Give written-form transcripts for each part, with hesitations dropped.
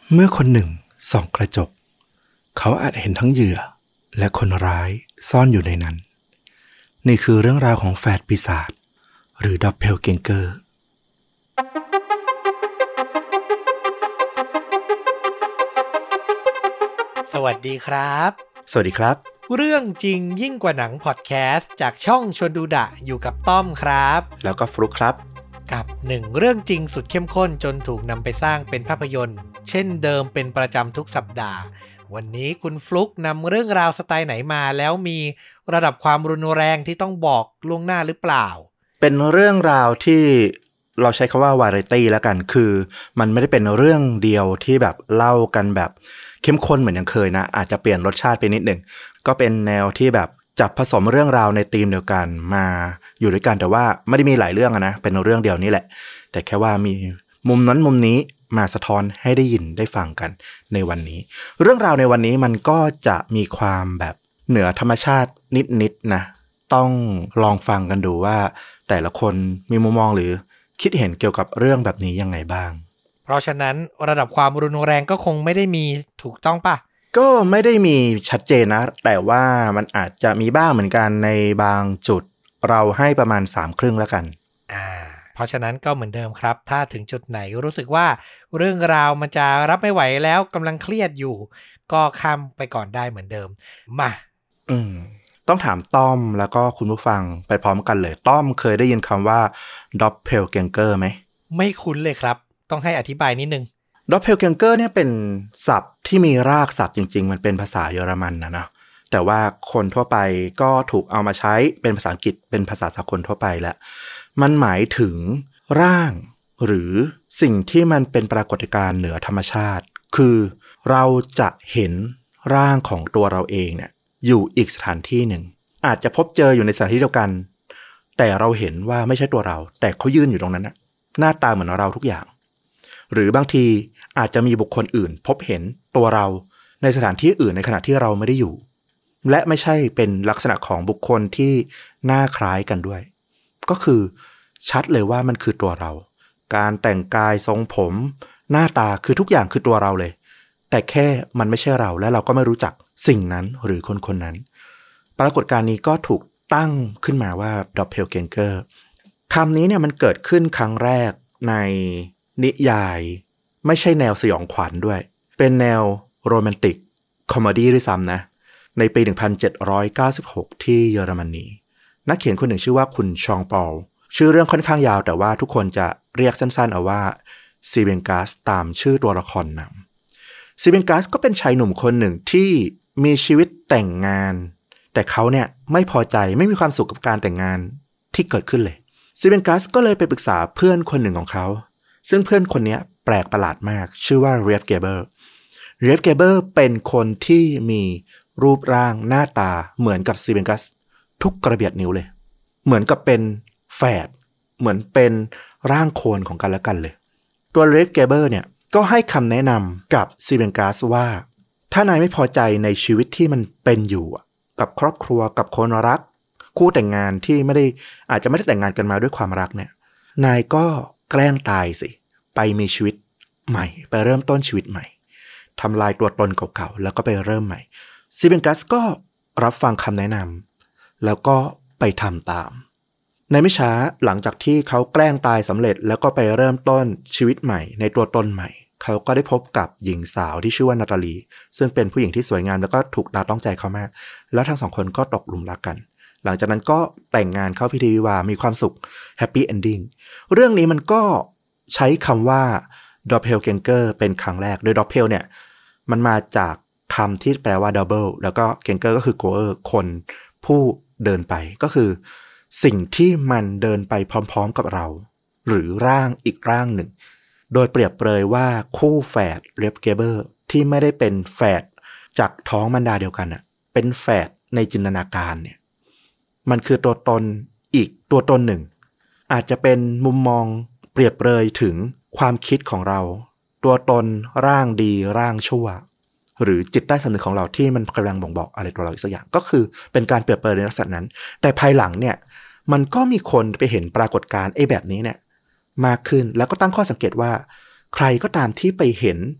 เมื่อคนหนึ่งส่องกระจกเขาอาจเห็นทั้งเหยื่อและคนร้ายซ่อนอยู่ในนั้นนี่คือเรื่องราวของแฝดปีศาจหรือดับเพลเกงเกอร์สวัสดีครับสวัสดีครับเรื่องจริงยิ่งกว่าหนังพอดแคสต์จากช่องชวนดูดะอยู่กับต้อมครับแล้วก็ฟลุ๊กครับกับ1เรื่องจริงสุดเข้มข้นจนถูกนำไปสร้างเป็นภาพยนตร์เช่นเดิมเป็นประจำทุกสัปดาห์วันนี้คุณฟลุ๊กนำเรื่องราวสไตล์ไหนมาแล้วมีระดับความรุนแรงที่ต้องบอกล่วงหน้าหรือเปล่าเป็นเรื่องราวที่เราใช้คำว่าวาไรตี้แล้วกันคือมันไม่ได้เป็นเรื่องเดียวที่แบบเล่ากันแบบเข้มข้นเหมือนอย่างเคยนะอาจจะเปลี่ยนรสชาติไปนิดหนึ่งก็เป็นแนวที่แบบจับผสมเรื่องราวในธีมเดียวกันมาอยู่ด้วยกันแต่ว่าไม่ได้มีหลายเรื่องนะเป็นเรื่องเดียวนี่แหละแต่แค่ว่ามีมุมนั้นมุมนี้มาสะท้อนให้ได้ยินได้ฟังกันในวันนี้เรื่องราวในวันนี้มันก็จะมีความแบบเหนือธรรมชาตินิดนะต้องลองฟังกันดูว่าแต่ละคนมีมุมมองหรือคิดเห็นเกี่ยวกับเรื่องแบบนี้ยังไงบ้างเพราะฉะนั้นระดับความรุนแรงก็คงไม่ได้มีถูกต้องป่ะก็ไม่ได้มีชัดเจนนะแต่ว่ามันอาจจะมีบ้างเหมือนกันในบางจุดเราให้ประมาณ3 ครึ่งแล้วกันเพราะฉะนั้นก็เหมือนเดิมครับถ้าถึงจุดไหนรู้สึกว่าเรื่องราวมันจะรับไม่ไหวแล้วกำลังเครียดอยู่ก็ข้ามไปก่อนได้เหมือนเดิมมาต้องถามต้อมแล้วก็คุณผู้ฟังไปพร้อมกันเลยต้อมเคยได้ยินคำว่า Doppelganger ไหมไม่คุ้นเลยครับต้องให้อธิบายนิดนึง Doppelganger เนี่ยเป็นศัพท์ที่มีรากศัพท์จริงๆมันเป็นภาษาเยอรมันนะเนาะแต่ว่าคนทั่วไปก็ถูกเอามาใช้เป็นภาษาอังกฤษเป็นภาษาสากลทั่วไปแล้วมันหมายถึงร่างหรือสิ่งที่มันเป็นปรากฏการณ์เหนือธรรมชาติคือเราจะเห็นร่างของตัวเราเองเนี่ยอยู่อีกสถานที่หนึ่งอาจจะพบเจออยู่ในสถานที่เดียวกันแต่เราเห็นว่าไม่ใช่ตัวเราแต่เขายืนอยู่ตรงนั้นนะหน้าตาเหมือนเราทุกอย่างหรือบางทีอาจจะมีบุคคลอื่นพบเห็นตัวเราในสถานที่อื่นในขณะที่เราไม่ได้อยู่และไม่ใช่เป็นลักษณะของบุคคลที่หน้าคล้ายกันด้วยก็คือชัดเลยว่ามันคือตัวเราการแต่งกายทรงผมหน้าตาคือทุกอย่างคือตัวเราเลยแต่แค่มันไม่ใช่เราและเราก็ไม่รู้จักสิ่งนั้นหรือคนคนนั้นปรากฏการณ์นี้ก็ถูกตั้งขึ้นมาว่า Doppelganger คำนี้เนี่ยมันเกิดขึ้นครั้งแรกในนิยายไม่ใช่แนวสยองขวัญด้วยเป็นแนวโรแมนติกคอมเมดี้ด้วยซ้ำนะในปี 1796 ที่เยอรมนีนักเขียนคนหนึ่งชื่อว่าคุณชองปอลชื่อเรื่องค่อนข้างยาวแต่ว่าทุกคนจะเรียกสั้นๆเอาว่าซีเบนกัสตามชื่อตัวละครนำซีเบนกัสก็เป็นชายหนุ่มคนหนึ่งที่มีชีวิตแต่งงานแต่เขาเนี่ยไม่พอใจไม่มีความสุขกับการแต่งงานที่เกิดขึ้นเลยซีเบนกัสก็เลยไปปรึกษาเพื่อนคนหนึ่งของเขาซึ่งเพื่อนคนนี้แปลกประหลาดมากชื่อว่าเรฟเกเบอร์เป็นคนที่มีรูปร่างหน้าตาเหมือนกับซีเบนกัสทุกกระเบียดนิ้วเลยเหมือนกับเป็นแฝดเหมือนเป็นร่างโคลนของกันและกันเลยตัวเรฟเกเบอร์เนี่ยก็ให้คำแนะนำกับซีเบนกัสว่าถ้านายไม่พอใจในชีวิตที่มันเป็นอยู่กับครอบครัวกับคนรักคู่แต่งงานที่อาจจะไม่ได้แต่งงานกันมาด้วยความรักเนี่ยนายก็แกล้งตายสิไปมีชีวิตใหม่ไปเริ่มต้นชีวิตใหม่ทำลายตัวตนเก่าๆแล้วก็ไปเริ่มใหม่ซีเบนกัสก็รับฟังคำแนะนำแล้วก็ไปทำตามในไม่ช้าหลังจากที่เขาแกล้งตายสำเร็จแล้วก็ไปเริ่มต้นชีวิตใหม่ในตัวตนใหม่เขาก็ได้พบกับหญิงสาวที่ชื่อว่านาตาลีซึ่งเป็นผู้หญิงที่สวยงามแล้วก็ถูกตาต้องใจเขามากแล้วทั้งสองคนก็ตกหลุมรักกันหลังจากนั้นก็แต่งงานเข้าพิธีวิวาห์มีความสุขแฮปปี้เอนดิ้งเรื่องนี้มันก็ใช้คำว่า Doppelganger เป็นครั้งแรกโดย Doppel เนี่ยมันมาจากคำที่แปลว่า double แล้วก็ ganger ก็คือ goer คนผู้เดินไปก็คือสิ่งที่มันเดินไปพร้อมๆกับเราหรือร่างอีกร่างหนึ่งโดยเปรียบเปรยว่าคู่แฝดเรฟเกเบอร์ที่ไม่ได้เป็นแฝดจากท้องมารดาเดียวกันเป็นแฝดในจินตนาการเนี่ยมันคือตัวตนอีกตัวตนหนึ่งอาจจะเป็นมุมมองเปรียบเปรยถึงความคิดของเราตัวตนร่างดีร่างชั่วหรือจิตใต้สำนึกของเราที่มันกำลังบ่งบอกอะไรตัวเราอีกสักอย่างก็คือเป็นการเปรียบเปรยในลักษณะนั้นแต่ภายหลังเนี่ยมันก็มีคนไปเห็นปรากฏการณ์แบบนี้เนี่ยมากขึ้นแล้วก็ตั้งข้อสังเกตว่าใครก็ตามที่ไปเห็น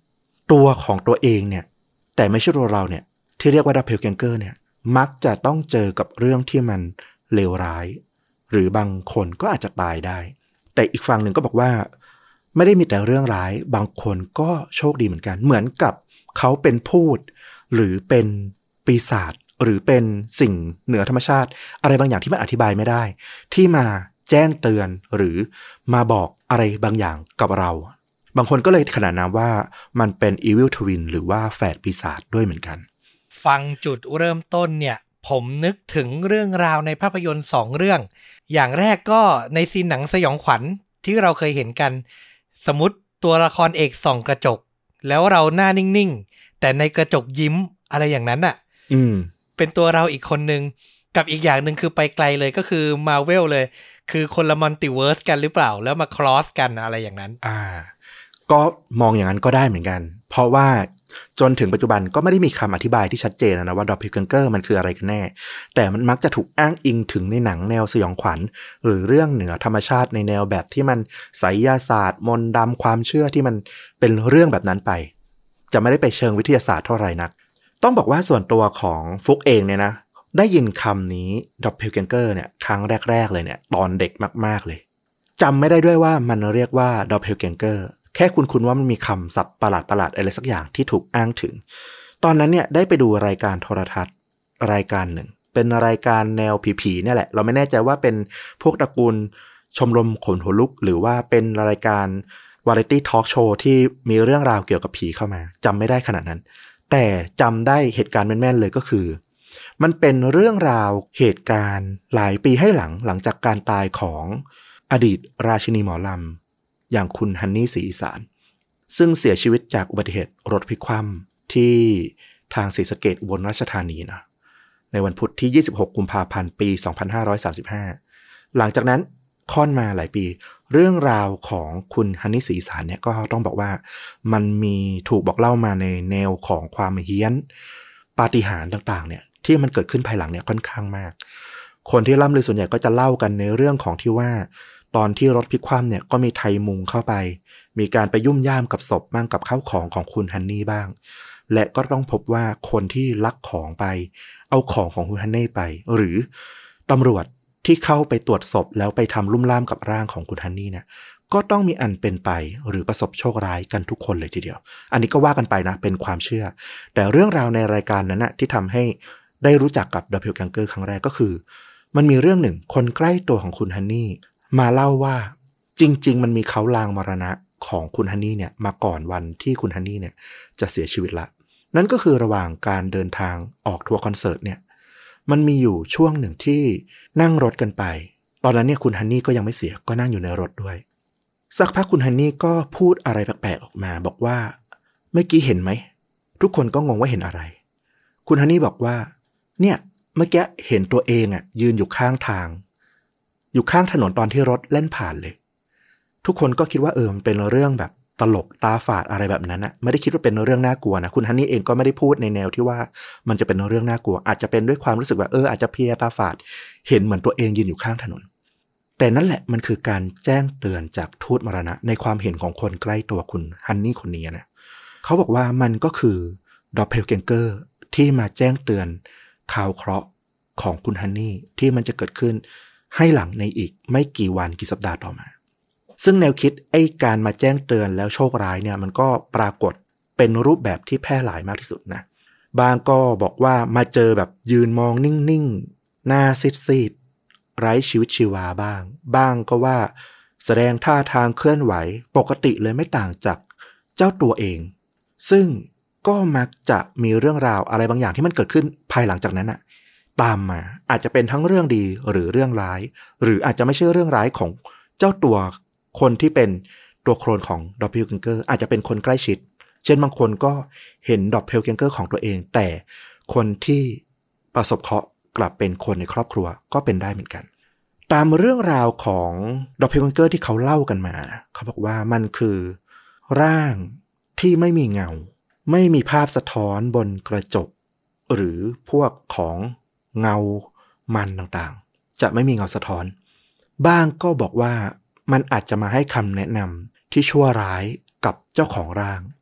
ตัวของตัวเองเนี่ยแต่ไม่ใช่ตัวเราเนี่ยที่เรียกว่าดับเบิลแกงเกอร์เนี่ยมักจะต้องเจอกับเรื่องที่มันเลวร้ายหรือบางคนก็อาจจะตายได้แต่อีกฝั่งหนึ่งก็บอกว่าไม่ได้มีแต่เรื่องร้ายบางคนก็โชคดีเหมือนกันเหมือนกับเขาเป็นพูดหรือเป็นปีศาจหรือเป็นสิ่งเหนือธรรมชาติอะไรบางอย่างที่มันอธิบายไม่ได้ที่มาแจ้งเตือนหรือมาบอกอะไรบางอย่างกับเราบางคนก็เลยขนานนามว่ามันเป็น Evil Twin หรือว่าแฝดปีศาจด้วยเหมือนกันฟังจุดเริ่มต้นเนี่ยผมนึกถึงเรื่องราวในภาพยนตร์2เรื่องอย่างแรกก็ในซีนหนังสยองขวัญที่เราเคยเห็นกันสมมติตัวละครเอกส่องกระจกแล้วเราหน้านิ่งๆแต่ในกระจกยิ้มอะไรอย่างนั้นอ่ะเป็นตัวเราอีกคนนึงกับอีกอย่างหนึ่งคือไปไกลเลยก็คือ Marvel เลยคือคนละมัลติเวิร์สกันหรือเปล่าแล้วมาครอสกันอะไรอย่างนั้นก็มองอย่างนั้นก็ได้เหมือนกันเพราะว่าจนถึงปัจจุบันก็ไม่ได้มีคำอธิบายที่ชัดเจนนะว่าดอปพิลแกงเกอร์มันคืออะไรกันแน่แต่มันมักจะถูกอ้างอิงถึงในหนังแนวสยองขวัญหรือเรื่องเหนือธรรมชาติในแนวแบบที่มันไสยศาสตร์มนต์ดำความเชื่อที่มันเป็นเรื่องแบบนั้นไปจะไม่ได้ไปเชิงวิทยาศาสตร์เท่าไหร่นักต้องบอกว่าส่วนตัวของฟุกเองเนี่ยนะได้ยินคำนี้ดอปพิลแกงเกอร์เนี่ยครั้งแรกๆเลยเนี่ยตอนเด็กมากๆเลยจำไม่ได้ด้วยว่ามันเรียกว่าดอปพิลแกงเกอร์แค่คุ้นๆว่ามันมีคำศัพท์ประหลาดๆอะไรสักอย่างที่ถูกอ้างถึงตอนนั้นเนี่ยได้ไปดูรายการโทรทัศน์รายการหนึ่งเป็นรายการแนวผีๆเนี่ยแหละเราไม่แน่ใจว่าเป็นพวกตระกูลชมรมขนหัวลุกหรือว่าเป็นรายการวาไรตี้ทอล์กโชว์ที่มีเรื่องราวเกี่ยวกับผีเข้ามาจำไม่ได้ขนาดนั้นแต่จำได้เหตุการณ์แม่นๆเลยก็คือมันเป็นเรื่องราวเหตุการณ์หลายปีให้หลังจากการตายของอดีตราชินีหมอลำอย่างคุณฮันนี่ศรีอีสานซึ่งเสียชีวิตจากอุบัติเหตุรถพลิกคว่ำที่ทางศรีสะเกษอุบลราชธานีนะในวันพุธที่26กุมภาพันธ์ปี2535หลังจากนั้นค่อนมาหลายปีเรื่องราวของคุณฮันนี่ศรีอีสานเนี่ยก็ต้องบอกว่ามันมีถูกบอกเล่ามาในแนวของความเฮี้ยนปาฏิหาริย์ต่างๆเนี่ยที่มันเกิดขึ้นภายหลังเนี่ยค่อนข้างมากคนที่ล่ำลือส่วนใหญ่ก็จะเล่ากันในเรื่องของที่ว่าตอนที่รถพลิกคว่ำเนี่ยก็มีไทยมุงเข้าไปมีการไปยุ่มย่ามกับศพบ้างกับข้าวของคุณฮันนี่บ้างและก็ต้องพบว่าคนที่ลักของไปเอาของของคุณฮันนี่ไปหรือตำรวจที่เข้าไปตรวจศพแล้วไปทำลุ่มล่ามกับร่างของคุณฮันนี่เนี่ยก็ต้องมีอันเป็นไปหรือประสบโชคร้ายกันทุกคนเลยทีเดียวอันนี้ก็ว่ากันไปนะเป็นความเชื่อแต่เรื่องราวในรายการนั้นนะที่ทำให้ได้รู้จักกับดับเบิลแกงเกอร์ครั้งแรกก็คือมันมีเรื่องหนึ่งคนใกล้ตัวของคุณฮันนี่มาเล่าว่าจริงๆมันมีเขาลางมรณะของคุณฮันนี่เนี่ยมาก่อนวันที่คุณฮันนี่เนี่ยจะเสียชีวิตละนั่นก็คือระหว่างการเดินทางออกทัวร์คอนเสิร์ตเนี่ยมันมีอยู่ช่วงหนึ่งที่นั่งรถกันไปตอนนั้นเนี่ยคุณฮันนี่ก็ยังไม่เสียก็นั่งอยู่ในรถด้วยสักพักคุณฮันนี่ก็พูดอะไรแปลกๆออกมาบอกว่าเมื่อกี้เห็นไหมทุกคนก็งงว่าเห็นอะไรคุณฮันนี่บอกว่าเนี่ยเมื่อกี้เห็นตัวเองอ่ะยืนอยู่ข้างทางอยู่ข้างถนนตอนที่รถเล่นผ่านเลยทุกคนก็คิดว่ามันเป็นเรื่องแบบตลกตาฝาดอะไรแบบนั้นนะไม่ได้คิดว่าเป็นเรื่องน่ากลัวนะคุณฮันนี่เองก็ไม่ได้พูดในแนวที่ว่ามันจะเป็นเรื่องน่ากลัวอาจจะเป็นด้วยความรู้สึกว่าอาจจะเพลียตาฝาดเห็นเหมือนตัวเองยืนอยู่ข้างถนนแต่นั่นแหละมันคือการแจ้งเตือนจากทูตมรณะในความเห็นของคนใกล้ตัวคุณฮันนี่คนนี้นะเขาบอกว่ามันก็คือดอปเพิลแกงเกอร์ที่มาแจ้งเตือนข่าวเคราะห์ของคุณฮันนี่ที่มันจะเกิดขึ้นให้หลังในอีกไม่กี่วันกี่สัปดาห์ต่อมาซึ่งแนวคิดการมาแจ้งเตือนแล้วโชคร้ายเนี่ยมันก็ปรากฏเป็นรูปแบบที่แพร่หลายมากที่สุดนะบางก็บอกว่ามาเจอแบบยืนมองนิ่งๆหน้าซีดๆไร้ชีวิตชีวาบ้างก็ว่าแสดงท่าทางเคลื่อนไหวปกติเลยไม่ต่างจากเจ้าตัวเองซึ่งก็มักจะมีเรื่องราวอะไรบางอย่างที่มันเกิดขึ้นภายหลังจากนั้นอะตามมาอาจจะเป็นทั้งเรื่องดีหรือเรื่องร้ายหรืออาจจะไม่ใช่เรื่องร้ายของเจ้าตัวคนที่เป็นตัวโคลนของดอปเพิลแกงเกอร์อาจจะเป็นคนใกล้ชิดเช่นบางคนก็เห็นดอปเพิลแกงเกอร์ของตัวเองแต่คนที่ประสบเคราะห์กลับเป็นคนในครอบครัวก็เป็นได้เหมือนกันตามเรื่องราวของดอปเพิลแกงเกอร์ที่เขาเล่ากันมาเขาบอกว่ามันคือร่างที่ไม่มีเงาไม่มีภาพสะท้อนบนกระจกหรือพวกของเงามันต่างๆจะไม่มีเงาสะท้อนบ้างก็บอกว่ามันอาจจะมาให้คำแนะนำที่ชั่วร้ายกับเจ้าของร่าง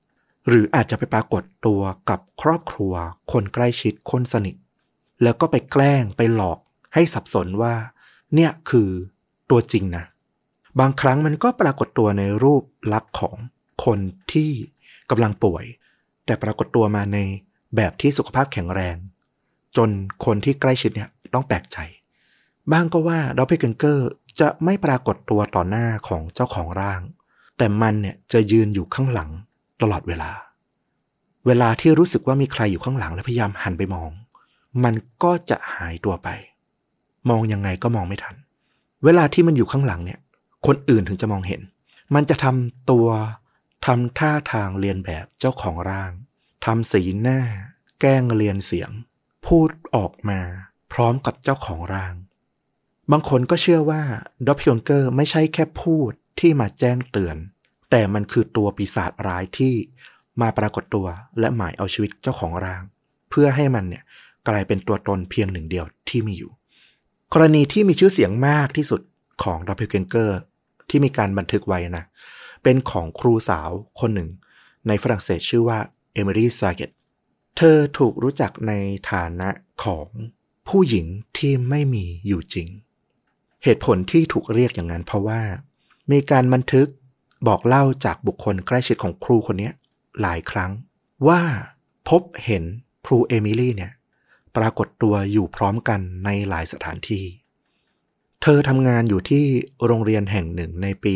หรืออาจจะไปปรากฏตัวกับครอบครัวคนใกล้ชิดคนสนิทแล้วก็ไปแกล้งไปหลอกให้สับสนว่าเนี่ยคือตัวจริงนะบางครั้งมันก็ปรากฏตัวในรูปลักษณ์ของคนที่กำลังป่วยแต่ปรากฏตัวมาในแบบที่สุขภาพแข็งแรงจนคนที่ใกล้ชิดเนี่ยต้องแปลกใจบ้างก็ว่าดอปเปลเกนเกอร์จะไม่ปรากฏตัวต่อหน้าของเจ้าของร่างแต่มันเนี่ยจะยืนอยู่ข้างหลังตลอดเวลาที่รู้สึกว่ามีใครอยู่ข้างหลังและพยายามหันไปมองมันก็จะหายตัวไปมองยังไงก็มองไม่ทันเวลาที่มันอยู่ข้างหลังเนี่ยคนอื่นถึงจะมองเห็นมันจะทำท่าทางเรียนแบบเจ้าของร่างทำสีหน้าแกล้งเรียนเสียงพูดออกมาพร้อมกับเจ้าของร่างบางคนก็เชื่อว่าดอปเปลเกนเกอร์ไม่ใช่แค่พูดที่มาแจ้งเตือนแต่มันคือตัวปีศาจร้ายที่มาปรากฏตัวและหมายเอาชีวิตเจ้าของร่างเพื่อให้มันเนี่ยกลายเป็นตัวตนเพียงหนึ่งเดียวที่มีอยู่กรณีที่มีชื่อเสียงมากที่สุดของดอปเปลเกนเกอร์ที่มีการบันทึกไว้นะเป็นของครูสาวคนหนึ่งในฝรั่งเศสชื่อว่าเอมิลี่ ซาเกตเธอถูกรู้จักในฐานะของผู้หญิงที่ไม่มีอยู่จริงเหตุผลที่ถูกเรียกอย่างนั้นเพราะว่ามีการบันทึกบอกเล่าจากบุคคลใกล้ชิดของครูคนนี้หลายครั้งว่าพบเห็นครูเอมิลี่เนี่ยปรากฏตัวอยู่พร้อมกันในหลายสถานที่เธอทำงานอยู่ที่โรงเรียนแห่งหนึ่งในปี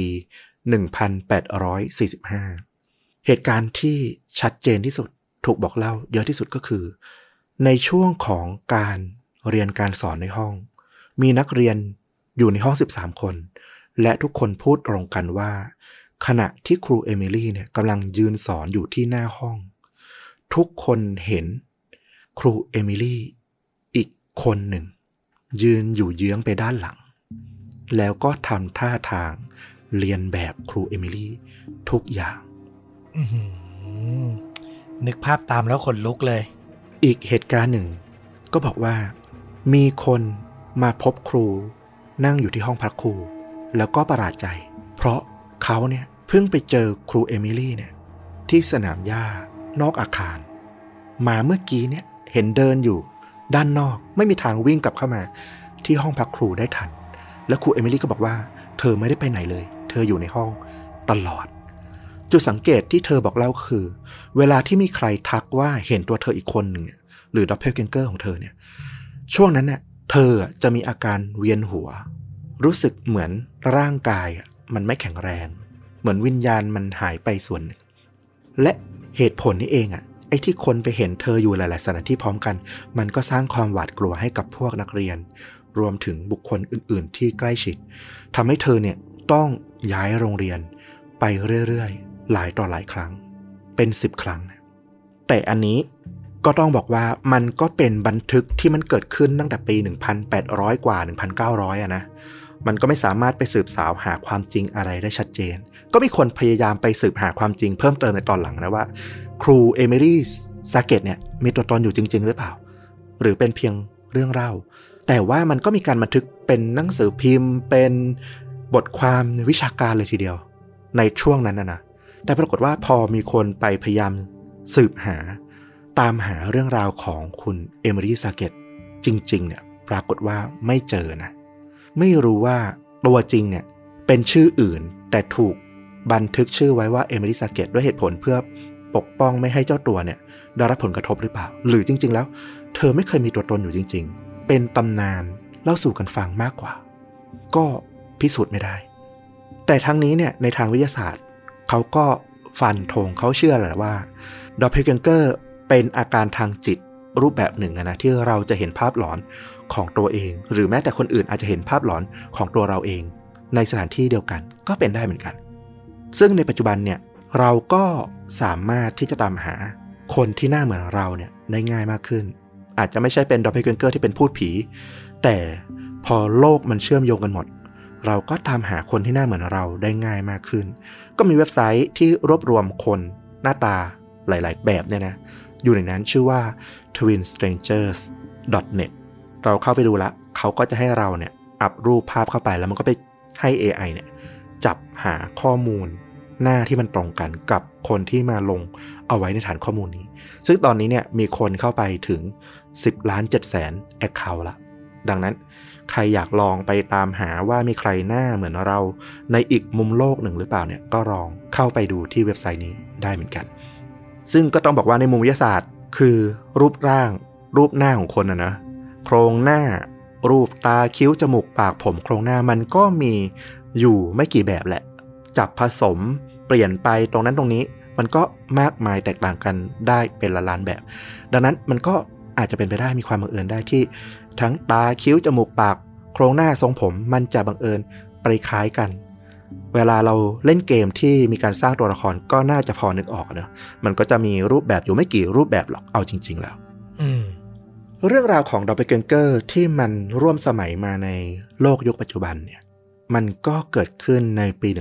1845 เหตุการณ์ที่ชัดเจนที่สุดถูกบอกเล่าเยอะที่สุดก็คือในช่วงของการเรียนการสอนในห้องมีนักเรียนอยู่ในห้อง13คนและทุกคนพูดตรงกันว่าขณะที่ครูเอมิลี่เนี่ยกำลังยืนสอนอยู่ที่หน้าห้องทุกคนเห็นครูเอมิลี่อีกคนหนึ่งยืนอยู่เยื้องไปด้านหลังแล้วก็ทำท่าทางเรียนแบบครูเอมิลี่ทุกอย่างนึกภาพตามแล้วขนลุกเลยอีกเหตุการณ์หนึ่งก็บอกว่ามีคนมาพบครูนั่งอยู่ที่ห้องพักครูแล้วก็ประหลาดใจเพราะเขาเนี่ยเพิ่งไปเจอครูเอมิลี่เนี่ยที่สนามหญ้านอกอาคารมาเมื่อกี้เนี่ยเห็นเดินอยู่ด้านนอกไม่มีทางวิ่งกลับเข้ามาที่ห้องพักครูได้ทันแล้วครูเอมิลี่ก็บอกว่าเธอไม่ได้ไปไหนเลยเธออยู่ในห้องตลอดจุดสังเกตที่เธอบอกเล่าคือเวลาที่มีใครทักว่าเห็นตัวเธออีกคนหนึ่งหรือดอปเปลเกนเกอร์ของเธอเนี่ยช่วงนั้นเนี่ยเธอจะมีอาการเวียนหัวรู้สึกเหมือนร่างกายมันไม่แข็งแรงเหมือนวิญญาณมันหายไปส่วนหนึ่งและเหตุผลนี้เองไอ้ที่คนไปเห็นเธออยู่หลายๆสถานที่พร้อมกันมันก็สร้างความหวาดกลัวให้กับพวกนักเรียนรวมถึงบุคคลอื่นๆที่ใกล้ชิดทำให้เธอเนี่ยต้องย้ายโรงเรียนไปเรื่อยๆหลายต่อหลายครั้งเป็น10 ครั้งแต่อันนี้ก็ต้องบอกว่ามันก็เป็นบันทึกที่มันเกิดขึ้นตั้งแต่ปี 1800 กว่า 1900 นะมันก็ไม่สามารถไปสืบสาวหาความจริงอะไรได้ชัดเจนก็มีคนพยายามไปสืบหาความจริงเพิ่มเติมในตอนหลังนะว่าครูเอมิลี่ ซาเกตเนี่ยมีตัวตนอยู่จริงๆหรือเปล่าหรือเป็นเพียงเรื่องเล่าแต่ว่ามันก็มีการบันทึกเป็นหนังสือพิมพ์เป็นบทความวิชาการเลยทีเดียวในช่วงนั้นนะแต่ปรากฏว่าพอมีคนไปพยายามสืบหาตามหาเรื่องราวของคุณเอมิลี่ ซาเกตจริงๆเนี่ยปรากฏว่าไม่เจอนะไม่รู้ว่าตัวจริงเนี่ยเป็นชื่ออื่นแต่ถูกบันทึกชื่อไว้ว่าเอมิลี่ ซาเกตด้วยเหตุผลเพื่อปกป้องไม่ให้เจ้าตัวเนี่ยได้รับผลกระทบหรือเปล่าหรือจริงๆแล้วเธอไม่เคยมีตัวตนอยู่จริงๆเป็นตำนานเล่าสู่กันฟังมากกว่าก็พิสูจน์ไม่ได้แต่ทั้งนี้เนี่ยในทางวิทยาศาสตร์เขาก็ฟันธงเขาเชื่อแหละว่าดอปเปลเกนเกอร์เป็นอาการทางจิตรูปแบบหนึ่งนะที่เราจะเห็นภาพหลอนของตัวเองหรือแม้แต่คนอื่นอาจจะเห็นภาพหลอนของตัวเราเองในสถานที่เดียวกันก็เป็นได้เหมือนกันซึ่งในปัจจุบันเนี่ยเราก็สามารถที่จะตามหาคนที่หน้าเหมือนเราเนี่ยได้ง่ายมากขึ้นอาจจะไม่ใช่เป็นดอปเปลเกนเกอร์ที่เป็นพูดผีแต่พอโลกมันเชื่อมโยงกันหมดเราก็ตามหาคนที่หน้าเหมือนเราได้ง่ายมากขึ้นก็มีเว็บไซต์ที่รวบรวมคนหน้าตาหลายๆแบบเนี่ยนะอยู่ในนั้นชื่อว่า twinstrangers.net เราเข้าไปดูละเขาก็จะให้เราเนี่ยอัปรูปภาพเข้าไปแล้วมันก็ไปให้ AI เนี่ยจับหาข้อมูลหน้าที่มันตรงกันกับคนที่มาลงเอาไว้ในฐานข้อมูลนี้ซึ่งตอนนี้เนี่ยมีคนเข้าไปถึง10,700,000 account ละดังนั้นใครอยากลองไปตามหาว่ามีใครหน้าเหมือนเราในอีกมุมโลกหนึ่งหรือเปล่าเนี่ยก็ลองเข้าไปดูที่เว็บไซต์นี้ได้เหมือนกันซึ่งก็ต้องบอกว่าในมุมวิทยาศาสตร์คือรูปร่างรูปหน้าของคนนะโครงหน้ารูปตาคิ้วจมูกปากผมโครงหน้ามันก็มีอยู่ไม่กี่แบบแหละจับผสมเปลี่ยนไปตรงนั้นตรงนี้มันก็มากมายแตกต่างกันได้เป็นล้านๆแบบดังนั้นมันก็อาจจะเป็นไปได้มีความบังเอิญได้ที่ทั้งตาคิ้วจมูกปากโครงหน้าทรงผมมันจะบังเอิญไปคล้ายกันเวลาเราเล่นเกมที่มีการสร้างตัวละครก็น่าจะพอนึกออกเนอะมันก็จะมีรูปแบบอยู่ไม่กี่รูปแบบหรอกเอาจริงๆแล้วเรื่องราวของดอปเปลเกนเกอร์ที่มันร่วมสมัยมาในโลกยุคปัจจุบันเนี่ยมันก็เกิดขึ้นในปี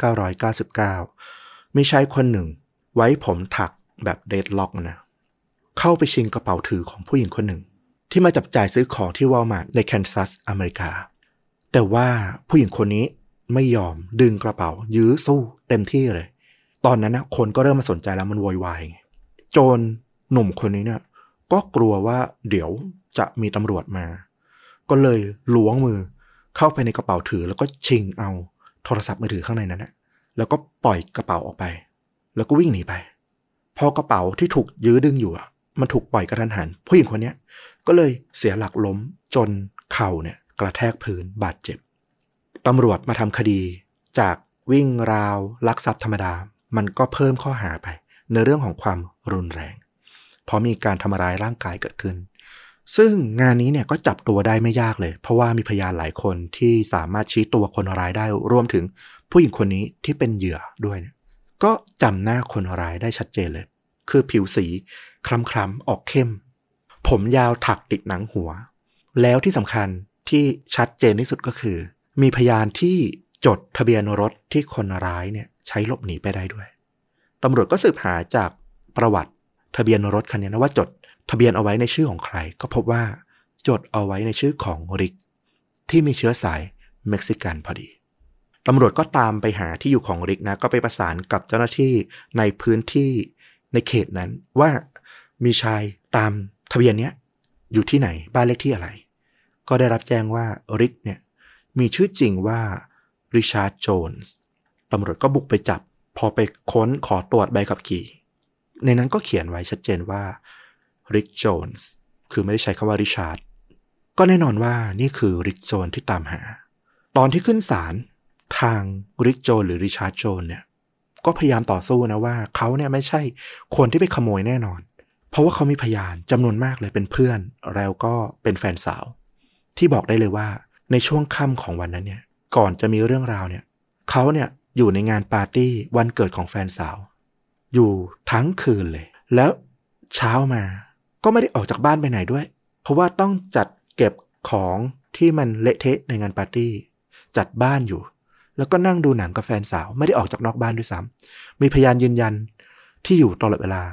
1999 มีชายคนหนึ่งไว้ผมถักแบบเดดล็อกนะเข้าไปชิงกระเป๋าถือของผู้หญิงคนหนึ่งที่มาจับจ่ายซื้อของที่วอลมาร์ทในแคนซัสอเมริกาแต่ว่าผู้หญิงคนนี้ไม่ยอมดึงกระเป๋ายื้อสู้เต็มที่เลยตอนนั้นนะคนก็เริ่มมาสนใจแล้วมันโวยวายโจรหนุ่มคนนี้เนี่ยก็กลัวว่าเดี๋ยวจะมีตำรวจมาก็เลยล้วงมือเข้าไปในกระเป๋าถือแล้วก็ชิงเอาโทรศัพท์มือถือข้างในนั้นนะแล้วก็ปล่อยกระเป๋าออกไปแล้วก็วิ่งหนีไปพอกระเป๋าที่ถูกยื้อดึงอยู่มันถูกปล่อยกระทันหันผู้หญิงคนนี้ก็เลยเสียหลักล้มจนเข่าเนี่ยกระแทกพื้นบาดเจ็บตำรวจมาทำคดีจากวิ่งราวลักทรัพย์ธรรมดามันก็เพิ่มข้อหาไปในเรื่องของความรุนแรงเพราะมีการทำร้ายร่างกายเกิดขึ้นซึ่งงานนี้เนี่ยก็จับตัวได้ไม่ยากเลยเพราะว่ามีพยานหลายคนที่สามารถชี้ตัวคนร้ายได้รวมถึงผู้หญิงคนนี้ที่เป็นเหยื่อด้วยเนี่ยก็จำหน้าคนร้ายได้ชัดเจนเลยคือผิวสีคล้ำๆออกเข้มผมยาวถักติดหนังหัวแล้วที่สำคัญที่ชัดเจนที่สุดก็คือมีพยานที่จดทะเบียนรถที่คนร้ายเนี่ยใช้หลบหนีไปได้ด้วยตำรวจก็สืบหาจากประวัติทะเบียนรถคันนี้นะว่าจดทะเบียนเอาไว้ในชื่อของใครก็พบว่าจดเอาไว้ในชื่อของริกที่มีเชื้อสายเม็กซิกันพอดีตำรวจก็ตามไปหาที่อยู่ของริกนะก็ไปประสานกับเจ้าหน้าที่ในพื้นที่ในเขตนั้นว่ามีชายตามทะเบียนเนี้ยอยู่ที่ไหนบ้านเลขที่อะไรก็ได้รับแจ้งว่าริกเนี่ยมีชื่อจริงว่าริชาร์ดโจนส์ตำรวจก็บุกไปจับพอไปค้นขอตรวจใบขับขี่ในนั้นก็เขียนไว้ชัดเจนว่าริกโจนส์คือไม่ได้ใช้คำว่าริชาร์ดก็แน่นอนว่านี่คือริกโจนที่ตามหาตอนที่ขึ้นศาลทางริกโจนหรือริชาร์ดโจนเนี่ยก็พยายามต่อสู้นะว่าเขาเนี่ยไม่ใช่คนที่ไปขโมยแน่นอนเพราะว่าเขามีพยานจำนวนมากเลยเป็นเพื่อนแล้วก็เป็นแฟนสาวที่บอกได้เลยว่าในช่วงค่ำของวันนั้นเนี่ยก่อนจะมีเรื่องราวเนี่ยเขาเนี่ยอยู่ในงานปาร์ตี้วันเกิดของแฟนสาวอยู่ทั้งคืนเลยแล้วเช้ามาก็ไม่ได้ออกจากบ้านไปไหนด้วยเพราะว่าต้องจัดเก็บของที่มันเละเทะในงานปาร์ตี้จัดบ้านอยู่แล้วก็นั่งดูหนังกับแฟนสาวไม่ได้ออกจากนอกบ้านด้วยซ้ำมีพยานยืนยันที่อยู่ตลอดเวลา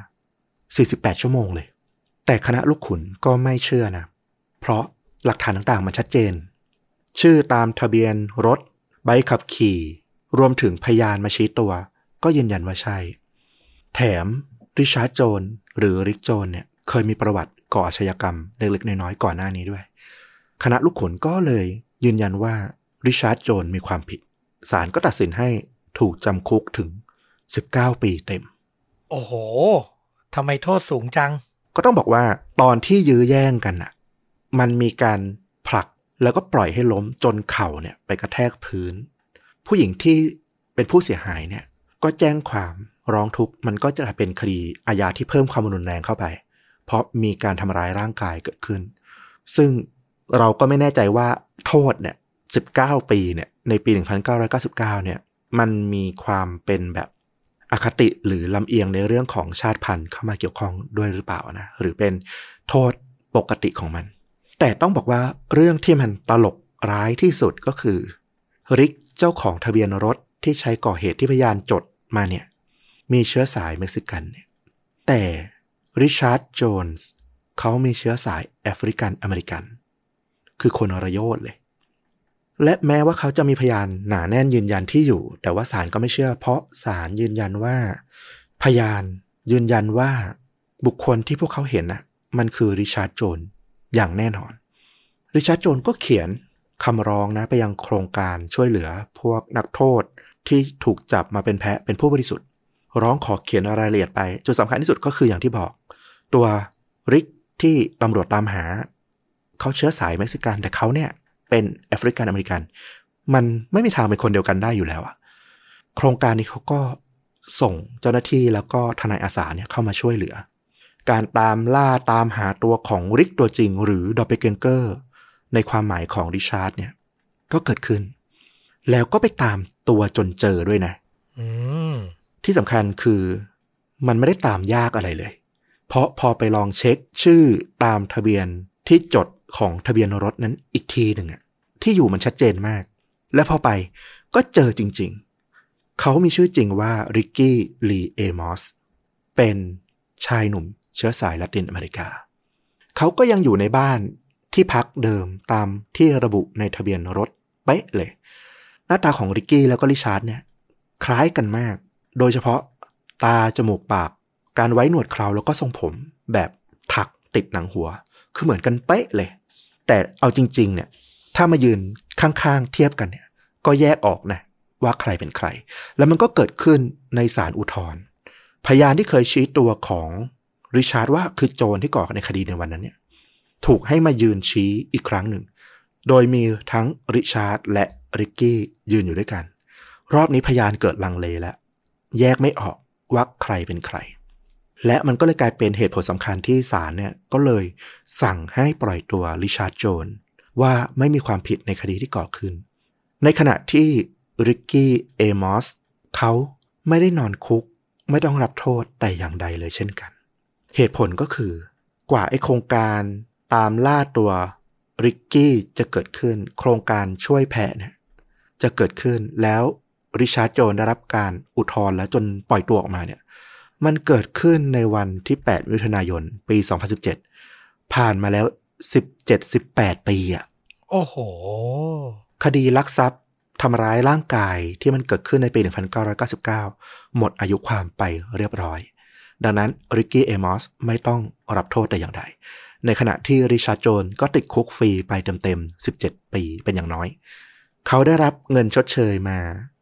48 ชั่วโมงเลยแต่คณะลูกขุนก็ไม่เชื่อนะเพราะหลักฐานต่างๆมันชัดเจนชื่อตามทะเบียนรถใบขับขี่รวมถึงพยานมาชี้ตัวก็ยืนยันว่าใช่แถมริชาร์ดโจนหรือริกโจนเนี่ยเคยมีประวัติก่ออาชญากรรมเล็กๆน้อยๆก่อนหน้านี้ด้วยคณะลูกขุนก็เลยยืนยันว่าริชาร์ดโจนมีความผิดศาลก็ตัดสินให้ถูกจำคุกถึง19 ปีเต็มโอ้โหทำไมโทษสูงจังก็ต้องบอกว่าตอนที่ยื้อแย่งกันน่ะมันมีการผลักแล้วก็ปล่อยให้ล้มจนเข่าเนี่ยไปกระแทกพื้นผู้หญิงที่เป็นผู้เสียหายเนี่ยก็แจ้งความร้องทุกข์มันก็จะเป็นคดีอาญาที่เพิ่มความรุนแรงเข้าไปเพราะมีการทำร้ายร่างกายเกิดขึ้นซึ่งเราก็ไม่แน่ใจว่าโทษเนี่ย19 ปีเนี่ยในปี 1999 เนี่ยมันมีความเป็นแบบอคติหรือลำเอียงในเรื่องของชาติพันธุ์เข้ามาเกี่ยวข้องด้วยหรือเปล่านะหรือเป็นโทษปกติของมันแต่ต้องบอกว่าเรื่องที่มันตลกร้ายที่สุดก็คือริกเจ้าของทะเบียนรถที่ใช้ก่อเหตุที่พยานจดมาเนี่ยมีเชื้อสายเม็กซิกันเนี่ยแต่ริชาร์ดโจนส์เขามีเชื้อสายแอฟริกันอเมริกันคือคนอรโยธเลยและแม้ว่าเขาจะมีพยานหนาแน่นยืนยันที่อยู่แต่ว่าศาลก็ไม่เชื่อเพราะศาลยืนยันว่าพยานยืนยันว่าบุคคลที่พวกเขาเห็นน่ะมันคือริชาร์ดโจนส์อย่างแน่นอนริชาร์ดโจนส์ก็เขียนคำร้องนะไปยังโครงการช่วยเหลือพวกนักโทษที่ถูกจับมาเป็นแพะเป็นผู้บริสุทธิ์ร้องขอเขียนรายละเอียดไปจุดสำคัญที่สุดก็คืออย่างที่บอกตัวริกที่ตำรวจตามหาเขาเชื้อสายเม็กซิกันแต่เขาเนี่ยเป็นแอฟริกันอเมริกันมันไม่มีทางเป็นคนเดียวกันได้อยู่แล้วอะโครงการนี้เขาก็ส่งเจ้าหน้าที่แล้วก็ทนายอาสาเนี่ยเข้ามาช่วยเหลือการตามล่าตามหาตัวของริกตัวจริงหรือดอปเปลเกนเกอร์ในความหมายของริชาร์ดเนี่ยก็เกิดขึ้นแล้วก็ไปตามตัวจนเจอด้วยนะที่สำคัญคือมันไม่ได้ตามยากอะไรเลยเพราะพอไปลองเช็คชื่อตามทะเบียนที่จดของทะเบียนรถนั้นอีกทีหนึ่งอะที่อยู่มันชัดเจนมากและพอไปก็เจอจริงๆเขามีชื่อจริงว่าริกกี้ลีเอมอสเป็นชายหนุ่มเชื้อสายละตินอเมริกาเขาก็ยังอยู่ในบ้านที่พักเดิมตามที่ระบุในทะเบียนรถเป๊ะเลยหน้าตาของริกกี้แล้วก็ริชาร์ดเนี่ยคล้ายกันมากโดยเฉพาะตาจมูกปากการไว้หนวดเคราแล้วก็ทรงผมแบบถักติดหนังหัวคือเหมือนกันเป๊ะเลยแต่เอาจริงๆเนี่ยถ้ามายืนข้างๆเทียบกันเนี่ยก็แยกออกนะว่าใครเป็นใครแล้วมันก็เกิดขึ้นในศาลอุทธรณ์พยานที่เคยชี้ตัวของริชาร์ดว่าคือโจรที่ก่อในคดีในวันนั้นเนี่ยถูกให้มายืนชี้อีกครั้งหนึ่งโดยมีทั้งริชาร์ดและริกกี้ยืนอยู่ด้วยกันรอบนี้พยานเกิดลังเลแล้วแยกไม่ออกว่าใครเป็นใครและมันก็เลยกลายเป็นเหตุผลสำคัญที่ศาลเนี่ยก็เลยสั่งให้ปล่อยตัวริชาร์ดโจนส์ว่าไม่มีความผิดในคดีที่ก่อขึ้นในขณะที่ริกกี้เอมอสเขาไม่ได้นอนคุกไม่ต้องรับโทษแต่อย่างใดเลยเช่นกันเหตุผลก็คือกว่าไอ้โครงการตามล่าตัวริกกี้จะเกิดขึ้นโครงการช่วยแพะเนี่ยจะเกิดขึ้นแล้วริชาร์ดโจนส์ได้รับการอุทธรณ์แล้วจนปล่อยตัวออกมาเนี่ยมันเกิดขึ้นในวันที่8มิถุนายนปี 2017ผ่านมาแล้ว17-18 ปีอ่ะโอ้โหคดีลักทรัพย์ทำร้ายร่างกายที่มันเกิดขึ้นในปี 1999 หมดอายุความไปเรียบร้อยดังนั้นริกกี้เอมอสไม่ต้องรับโทษแต่อย่างใดในขณะที่ริชาร์ดโจนส์ก็ติดคุกฟรีไปเต็มๆ17 ปีเป็นอย่างน้อยเขาได้รับเงินชดเชยมา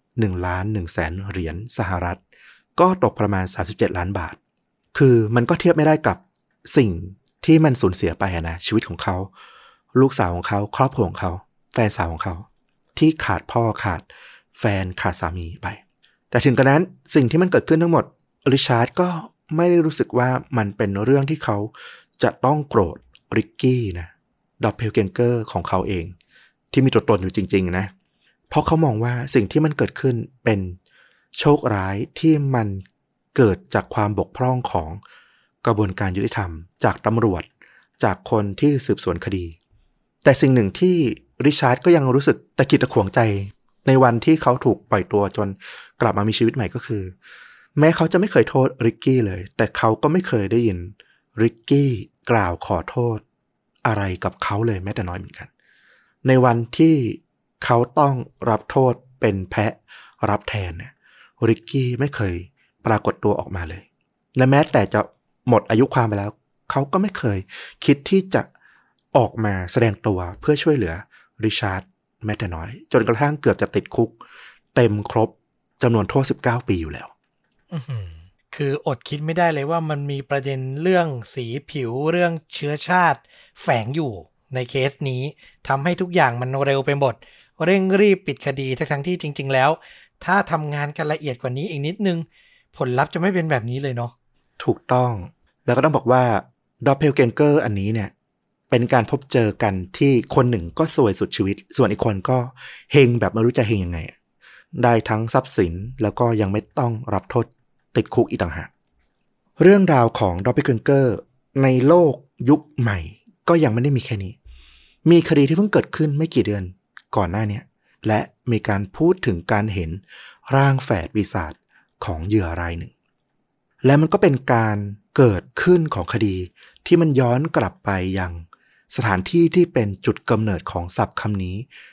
1,100,000 เหรียญสหรัฐก็ตกประมาณ37 ล้านบาทคือมันก็เทียบไม่ได้กับสิ่งที่มันสูญเสียไปนะชีวิตของเขาลูกสาวของเขาครอบครัวของเขาแฟนสาวของเขาที่ขาดพ่อขาดแฟนขาดสามีไปแต่ถึงกระนั้นสิ่งที่มันเกิดขึ้นทั้งหมดริชาร์ดก็ไม่ได้รู้สึกว่ามันเป็นเรื่องที่เขาจะต้องโกรธริกกี้นะดอปเพลเกนเกอร์ของเขาเองที่มีตัวตนอยู่จริงๆนะเพราะเขามองว่าสิ่งที่มันเกิดขึ้นเป็นโชคร้ายที่มันเกิดจากความบกพร่องของกระบวนการยุติธรรมจากตำรวจจากคนที่สืบสวนคดีแต่สิ่งหนึ่งที่ริชาร์ดก็ยังรู้สึกตะกิดตะขวงใจในวันที่เขาถูกปล่อยตัวจนกลับมามีชีวิตใหม่ก็คือแม้เขาจะไม่เคยโทษริกกี้เลยแต่เขาก็ไม่เคยได้ยินริกกี้กล่าวขอโทษอะไรกับเขาเลยแม้แต่น้อยเหมือนกันในวันที่เขาต้องรับโทษเป็นแพะรับแทนเนี่ยริกกี้ไม่เคยปรากฏตัวออกมาเลยและแม้แต่จะหมดอายุความไปแล้วเขาก็ไม่เคยคิดที่จะออกมาแสดงตัวเพื่อช่วยเหลือริชาร์ดแม้แต่น้อยจนกระทั่งเกือบจะติดคุกเต็มครบจำนวนโทษ19 ปีอยู่แล้วคืออดคิดไม่ได้เลยว่ามันมีประเด็นเรื่องสีผิวเรื่องเชื้อชาติแฝงอยู่ในเคสนี้ทำให้ทุกอย่างมันเร็วไปหมดเร่งรีบปิดคดีทั้งที่จริงๆแล้วถ้าทำงานกันละเอียดกว่านี้อีกนิดนึงผลลัพธ์จะไม่เป็นแบบนี้เลยเนาะถูกต้องแล้วก็ต้องบอกว่าดอปเพลเกนเกอร์อันนี้เนี่ยเป็นการพบเจอกันที่คนหนึ่งก็สวยสุดชีวิตส่วนอีกคนก็เฮงแบบไม่รู้จะเฮงยังไงได้ทั้งทรัพย์สินแล้วก็ยังไม่ต้องรับโทษติดคุกอีกต่างหากเรื่องราวของดอปเพลเกนเกอร์ในโลกยุคใหม่ก็ยังไม่ได้มีแค่นี้มีคดีที่เพิ่งเกิดขึ้นไม่กี่เดือนก่อนหน้านี้และมีการพูดถึงการเห็นร่างแฝดปีศาจของเหยื่อรายหนึ่งและมันก็เป็นการเกิดขึ้นของคดีที่มันย้อนกลับไปยังสถานที่ที่เป็นจุดกำเนิดของศัพท์คำนี้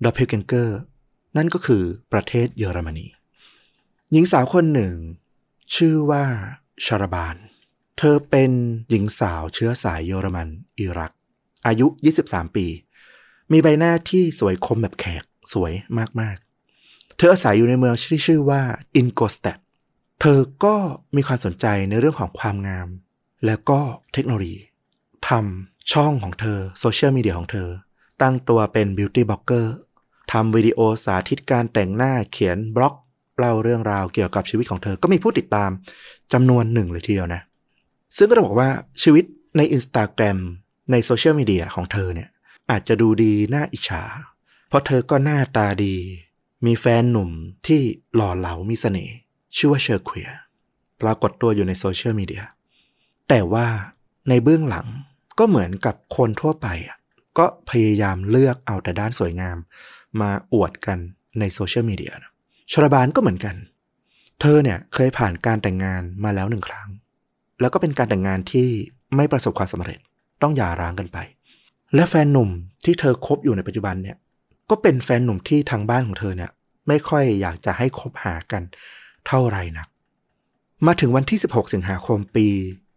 ดับเบิลเกนเกอร์นั่นก็คือประเทศเยอรมนีหญิงสาวคนหนึ่งชื่อว่าชาราบานเธอเป็นหญิงสาวเชื้อสายเยอรมันอิรักอายุ23ปีมีใบหน้าที่สวยคมแบบแขกสวยมากๆเธออาศัยอยู่ในเมืองที่ชื่อว่าอินโกสแตดเธอก็มีความสนใจในเรื่องของความงามและก็เทคโนโลยีทำช่องของเธอโซเชียลมีเดียของเธอตั้งตัวเป็นบิวตี้บล็อกเกอร์ทำวิดีโอสาธิตการแต่งหน้าเขียนบล็อกเล่าเรื่องราวเกี่ยวกับชีวิตของเธอก็มีผู้ติดตามจำนวนหนึ่งเลยทีเดียวนะซึ่งก็ต้องบอกว่าชีวิตใน Instagram ในโซเชียลมีเดียของเธอเนี่ยอาจจะดูดีน่าอิจฉาเพราะเธอก็หน้าตาดีมีแฟนหนุ่มที่หล่อเหลามีเสน่ห์ชื่อว่าเชอร์เคียปรากฏตัวอยู่ในโซเชียลมีเดียแต่ว่าในเบื้องหลังก็เหมือนกับคนทั่วไปก็พยายามเลือกเอาแต่ด้านสวยงามมาอวดกันในโซเชียลมีเดียชราบานก็เหมือนกันเธอเนี่ยเคยผ่านการแต่งงานมาแล้ว1 ครั้งแล้วก็เป็นการแต่งงานที่ไม่ประสบความสำเร็จต้องหย่าร้างกันไปและแฟนหนุ่มที่เธอคบอยู่ในปัจจุบันเนี่ยก็เป็นแฟนหนุ่มที่ทางบ้านของเธอเนี่ยไม่ค่อยอยากจะให้คบหากันเท่าไหร่นักมาถึงวันที่16สิงหาคมปี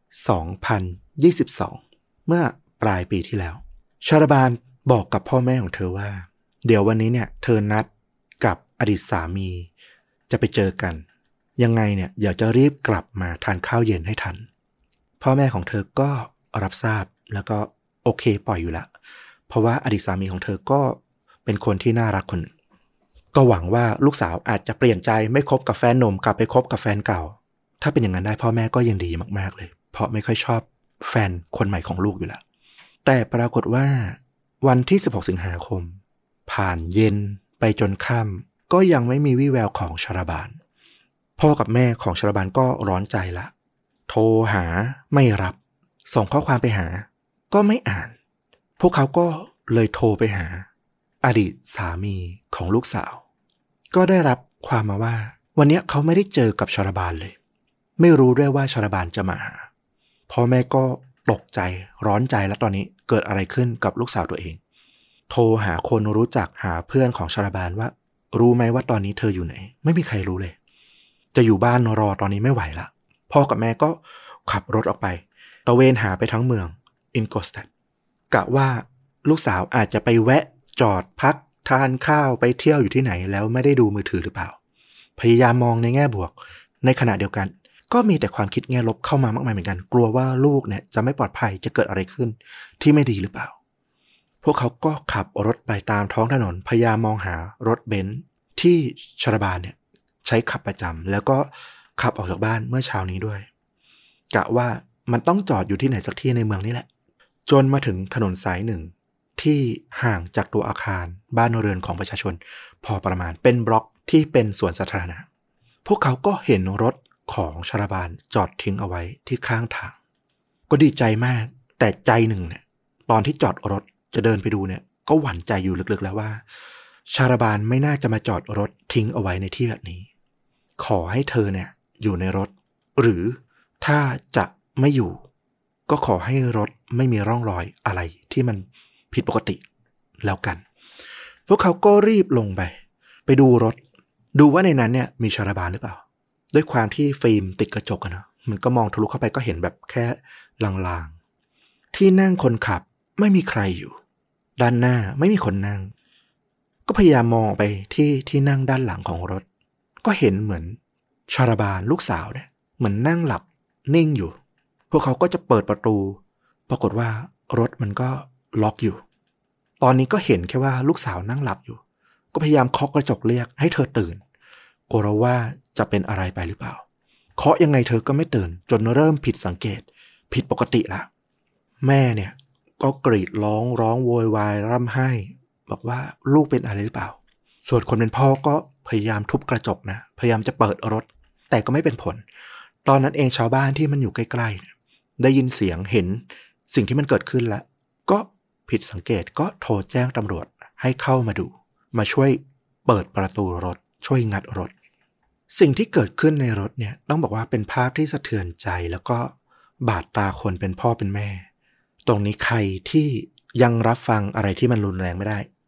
2022เมื่อปลายปีที่แล้วชาราบานบอกกับพ่อแม่ของเธอว่าเดี๋ยววันนี้เนี่ยเธอนัดกับอดีตสามีจะไปเจอกันยังไงเนี่ยอยากจะรีบกลับมาทานข้าวเย็นให้ทันพ่อแม่ของเธอก็รับทราบแล้วก็โอเคปล่อยอยู่ละเพราะว่าอดีตสามีของเธอก็เป็นคนที่น่ารักคนหนึ่งก็หวังว่าลูกสาวอาจจะเปลี่ยนใจไม่คบกับแฟนหนุ่มกลับไปคบกับแฟนเก่าถ้าเป็นอย่างนั้นได้พ่อแม่ก็ยังดีมากๆเลยเพราะไม่ค่อยชอบแฟนคนใหม่ของลูกอยู่แล้วแต่ปรากฏว่าวันที่16สิงหาคมผ่านเย็นไปจนค่ำก็ยังไม่มีวี่แววของชาราบานพ่อกับแม่ของชาราบานก็ร้อนใจละโทรหาไม่รับส่งข้อความไปหาก็ไม่อ่านพวกเขาก็เลยโทรไปหาอดีตสามีของลูกสาวก็ได้รับความมาว่าวันนี้เขาไม่ได้เจอกับชาราบานเลยไม่รู้ด้วยว่าชาราบานจะมาหาพ่อแม่ก็ตกใจร้อนใจแล้วตอนนี้เกิดอะไรขึ้นกับลูกสาวตัวเองโทรหาคนรู้จักหาเพื่อนของชาราบานว่ารู้ไหมว่าตอนนี้เธออยู่ไหนไม่มีใครรู้เลยจะอยู่บ้านรอตอนนี้ไม่ไหวละพ่อกับแม่ก็ขับรถออกไปตะเวนหาไปทั้งเมืองอินโกสแตดกะว่าลูกสาวอาจจะไปแวะจอดพักทานข้าวไปเที่ยวอยู่ที่ไหนแล้วไม่ได้ดูมือถือหรือเปล่าพยายามมองในแง่บวกในขณะเดียวกันก็มีแต่ความคิดแง่ลบเข้ามามากมายเหมือนกันกลัวว่าลูกเนี่ยจะไม่ปลอดภัยจะเกิดอะไรขึ้นที่ไม่ดีหรือเปล่าพวกเขาก็ขับรถไปตามท้องถนนพยายามมองหารถเบนซ์ที่ชาราบานเนี่ยใช้ขับประจำแล้วก็ขับออกจากบ้านเมื่อเช้านี้ด้วยกะว่ามันต้องจอดอยู่ที่ไหนสักที่ในเมืองนี่แหละจนมาถึงถนนสายหนึ่งที่ห่างจากตัวอาคารบ้านเรือนของประชาชนพอประมาณเป็นบล็อกที่เป็นสวนสาธารณะพวกเขาก็เห็นรถของชาราบานจอดทิ้งเอาไว้ที่ข้างทางก็ดีใจมากแต่ใจหนึ่งเนี่ยตอนที่จอดรถจะเดินไปดูเนี่ยก็หวั่นใจอยู่ลึกๆแล้วว่าชาราบานไม่น่าจะมาจอดรถทิ้งเอาไว้ในที่แบบนี้ขอให้เธอเนี่ยอยู่ในรถหรือถ้าจะไม่อยู่ก็ขอให้รถไม่มีร่องรอยอะไรที่มันผิดปกติแล้วกันพวกเขาก็รีบลงไปดูรถดูว่าในนั้นเนี่ยมีชาราบานหรือเปล่าด้วยความที่ฟิล์มติดกระจกอะเนาะมันก็มองทะลุเข้าไปก็เห็นแบบแค่ลางๆที่นั่งคนขับไม่มีใครอยู่ด้านหน้าไม่มีคนนั่งก็พยายามมองไปที่นั่งด้านหลังของรถก็เห็นเหมือนชาราบานลูกสาวเนี่ยเหมือนนั่งหลับนิ่งอยู่พวกเขาก็จะเปิดประตูปรากฏว่ารถมันก็ล็อกอยู่ตอนนี้ก็เห็นแค่ว่าลูกสาวนั่งหลับอยู่ก็พยายามเคาะกระจกเรียกให้เธอตื่นกลัวว่าจะเป็นอะไรไปหรือเปล่าเคาะยังไงเธอก็ไม่ตื่นจนเริ่มผิดสังเกตผิดปกติละแม่เนี่ยก็กรีดร้องโวยวายร่ำไห้บอกว่าลูกเป็นอะไรหรือเปล่าส่วนคนเป็นพ่อก็พยายามทุบกระจกนะพยายามจะเปิดรถแต่ก็ไม่เป็นผลตอนนั้นเองชาวบ้านที่มันอยู่ใกล้ๆได้ยินเสียงเห็นสิ่งที่มันเกิดขึ้นแล้วก็ผิดสังเกตก็โทรแจ้งตำรวจให้เข้ามาดูมาช่วยเปิดประตูรถช่วยงัดรถสิ่งที่เกิดขึ้นในรถเนี่ยต้องบอกว่าเป็นภาพที่สะเทือนใจแล้วก็บาดตาคนเป็นพ่อเป็นแม่ตรงนี้ใครที่ยังรับฟังอะไรที่มันรุนแรงไม่ได้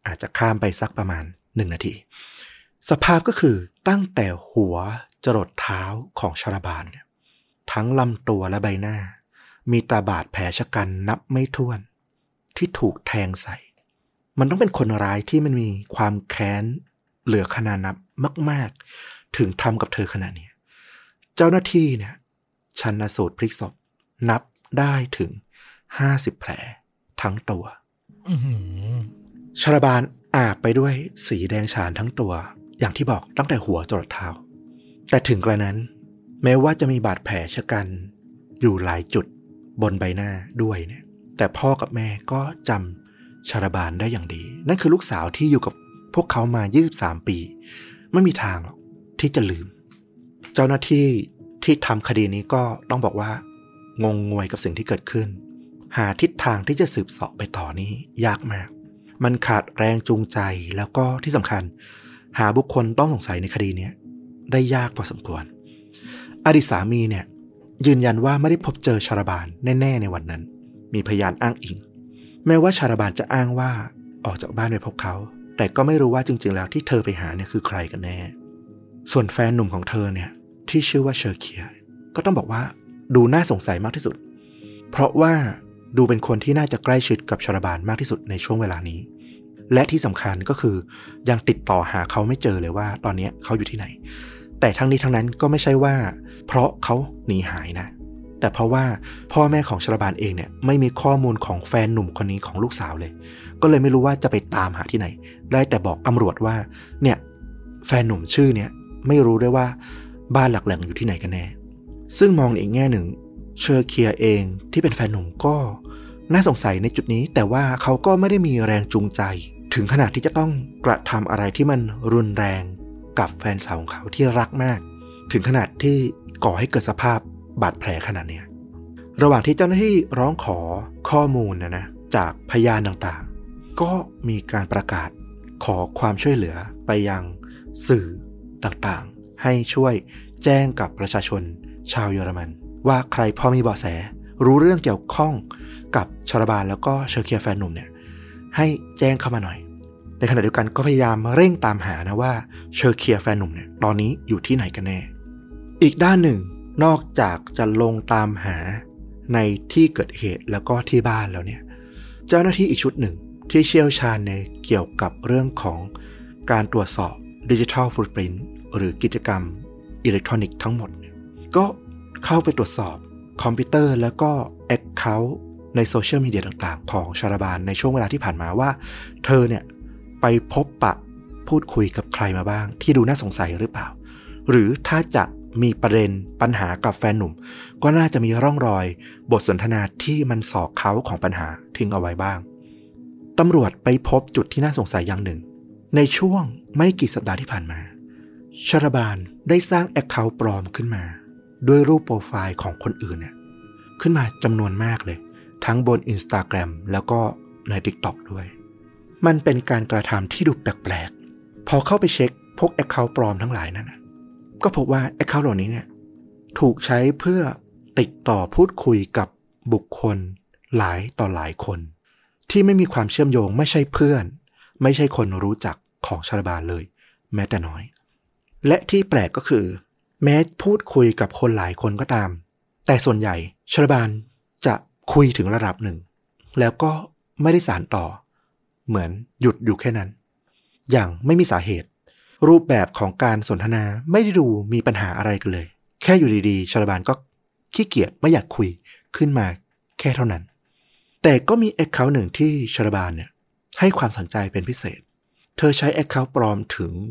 อาจจะข้ามไปสักประมาณ1 นาทีสภาพก็คือตั้งแต่หัวจรดเท้าของชาลาบานเนี่ยทั้งลำตัวและใบหน้ามีตาบาดแผลชะกันนับไม่ถ้วนที่ถูกแทงใส่มันต้องเป็นคนร้ายที่มันมีความแค้นเหลือขนานับมากๆถึงทำกับเธอขนาดนี้เจ้าหน้าที่เนี่ยชันสูตรพลิกศพนับได้ถึง50 แผลทั้งตัวชาลาบานอาบไปด้วยสีแดงฉานทั้งตัวอย่างที่บอกตั้งแต่หัวจรดเท้าแต่ถึงกระนั้นแม้ว่าจะมีบาดแผลชะกันอยู่หลายจุดบนใบหน้าด้วยเนี่ยแต่พ่อกับแม่ก็จำชาลาบานได้อย่างดีนั่นคือลูกสาวที่อยู่กับพวกเขามา23 ปีไม่มีทางหรอกที่จะลืมเจ้าหน้าที่ที่ทำคดีนี้ก็ต้องบอกว่างงงวยกับสิ่งที่เกิดขึ้นหาทิศทางที่จะสืบเสาะไปต่อนี้ยากมากมันขาดแรงจูงใจแล้วก็ที่สำคัญหาบุคคลต้องสงสัยในคดีนี้ได้ยากพอสมควรอดีตสามีเนี่ยยืนยันว่าไม่ได้พบเจอชาลาบานแน่ๆในวันนั้นมีพยานอ้างอิงแม้ว่าชาลาบานจะอ้างว่าออกจากบ้านไปพบเขาแต่ก็ไม่รู้ว่าจริงๆแล้วที่เธอไปหาเนี่ยคือใครกันแน่ส่วนแฟนหนุ่มของเธอเนี่ยที่ชื่อว่าเชอร์เคียก็ต้องบอกว่าดูน่าสงสัยมากที่สุดเพราะว่าดูเป็นคนที่น่าจะใกล้ชิดกับชาลาบานมากที่สุดในช่วงเวลานี้และที่สำคัญก็คือยังติดต่อหาเขาไม่เจอเลยว่าตอนนี้เขาอยู่ที่ไหนแต่ทั้งนี้ทั้งนั้นก็ไม่ใช่ว่าเพราะเขาหนีหายนะแต่เพราะว่าพ่อแม่ของชาลาบานเองเนี่ยไม่มีข้อมูลของแฟนหนุ่มคนนี้ของลูกสาวเลยก็เลยไม่รู้ว่าจะไปตามหาที่ไหนได้แต่บอกตำรวจว่าเนี่ยแฟนหนุ่มชื่อเนี่ยไม่รู้ด้วยว่าบ้านหลักแหล่งอยู่ที่ไหนกันแน่ซึ่งมองอีกแง่หนึ่งเชอร์เคียเองที่เป็นแฟนหนุ่มก็น่าสงสัยในจุดนี้แต่ว่าเขาก็ไม่ได้มีแรงจูงใจถึงขนาดที่จะต้องกระทำอะไรที่มันรุนแรงกับแฟนสาวของเขาที่รักมากถึงขนาดที่ก่อให้เกิดสภาพบาดแผลขนาดนี้ระหว่างที่เจ้าหน้าที่ร้องขอข้อมูลนะจากพยานต่างๆก็มีการประกาศขอความช่วยเหลือไปยังสื่อต่างๆให้ช่วยแจ้งกับประชาชนชาวเยอรมันว่าใครพอมีเบาะแสรู้เรื่องเกี่ยวข้องกับชาลาบานแล้วก็เชอร์เคียแฟนหนุ่มเนี่ยให้แจ้งเข้ามาหน่อยในขณะเดียวกันก็พยายามเร่งตามหานะว่าเชอร์เคียแฟนหนุ่มเนี่ยตอนนี้อยู่ที่ไหนกันแน่อีกด้านหนึ่งนอกจากจะลงตามหาในที่เกิดเหตุแล้วก็ที่บ้านแล้วเนี่ยเจ้าหน้าที่อีกชุดหนึ่งที่เชี่ยวชาญในเกี่ยวกับเรื่องของการตรวจสอบ Digital Footprint หรือกิจกรรมอิเล็กทรอนิกส์ทั้งหมดก็เข้าไปตรวจสอบคอมพิวเตอร์แล้วก็ Account ในโซเชียลมีเดียต่างๆของชาลาบานในช่วงเวลาที่ผ่านมาว่าเธอเนี่ยไปพบปะพูดคุยกับใครมาบ้างที่ดูน่าสงสัยหรือเปล่าหรือถ้าจะมีประเด็นปัญหากับแฟนหนุ่มก็น่าจะมีร่องรอยบทสนทนาที่มันสอกเขาของปัญหาทิ้งเอาไว้บ้างตำรวจไปพบจุดที่น่าสงสัยอย่างหนึ่งในช่วงไม่กี่สัปดาห์ที่ผ่านมาชาลาบานได้สร้าง Account ปลอมขึ้นมาด้วยรูปโปรไฟล์ของคนอื่นเนี่ยขึ้นมาจำนวนมากเลยทั้งบน Instagram แล้วก็ใน TikTok ด้วยมันเป็นการกระทำที่ดูแปลกๆพอเข้าไปเช็คพวก Account ปลอมทั้งหลายนั้นก็พบว่า Account เหล่านี้เนี่ยถูกใช้เพื่อติดต่อพูดคุยกับบุคคลหลายต่อหลายคนที่ไม่มีความเชื่อมโยงไม่ใช่เพื่อนไม่ใช่คนรู้จักของชาลาบานเลยแม้แต่น้อยและที่แปลกก็คือแม้พูดคุยกับคนหลายคนก็ตามแต่ส่วนใหญ่ชาลาบานจะคุยถึงระดับหนึ่งแล้วก็ไม่ได้สานต่อเหมือนหยุดอยู่แค่นั้นอย่างไม่มีสาเหตุรูปแบบของการสนทนาไม่ได้ดูมีปัญหาอะไรกันเลยแค่อยู่ดีๆชาลาบานก็ขี้เกียจไม่อยากคุยขึ้นมาแค่เท่านั้นแต่ก็มี Account หนึ่งที่ชาลาบานเนี่ยให้ความสนใจเป็นพิเศษเธอใช้ Account ปลอมถึง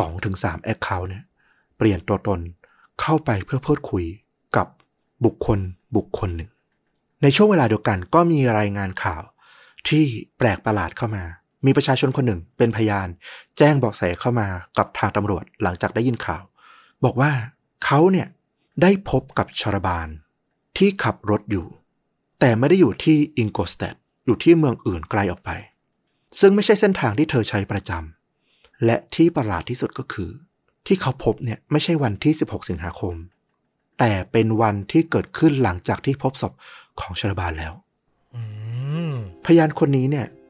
2-3 Account เนี่ยเปลี่ยนตัวตนเข้าไปเพื่อพูดคุยกับบุคคลหนึ่งในช่วงเวลาเดียวกันก็มีรายงานข่าวที่แปลกประหลาดเข้ามามีประชาชนคนหนึ่งเป็นพยานแจ้งเบาะแสเข้ามากับทางตำรวจหลังจากได้ยินข่าวบอกว่าเขาเนี่ยได้พบกับชาลาบานที่ขับรถอยู่แต่ไม่ได้อยู่ที่อิงโกสแตดอยู่ที่เมืองอื่นไกลออกไปซึ่งไม่ใช่เส้นทางที่เธอใช้ประจำและที่ประหลาดที่สุดก็คือที่เขาพบเนี่ยไม่ใช่วันที่16 สิงหาคมแต่เป็นวันที่เกิดขึ้นหลังจากที่พบศพของชาลาบานแล้วพยานคนนี้เนี่ย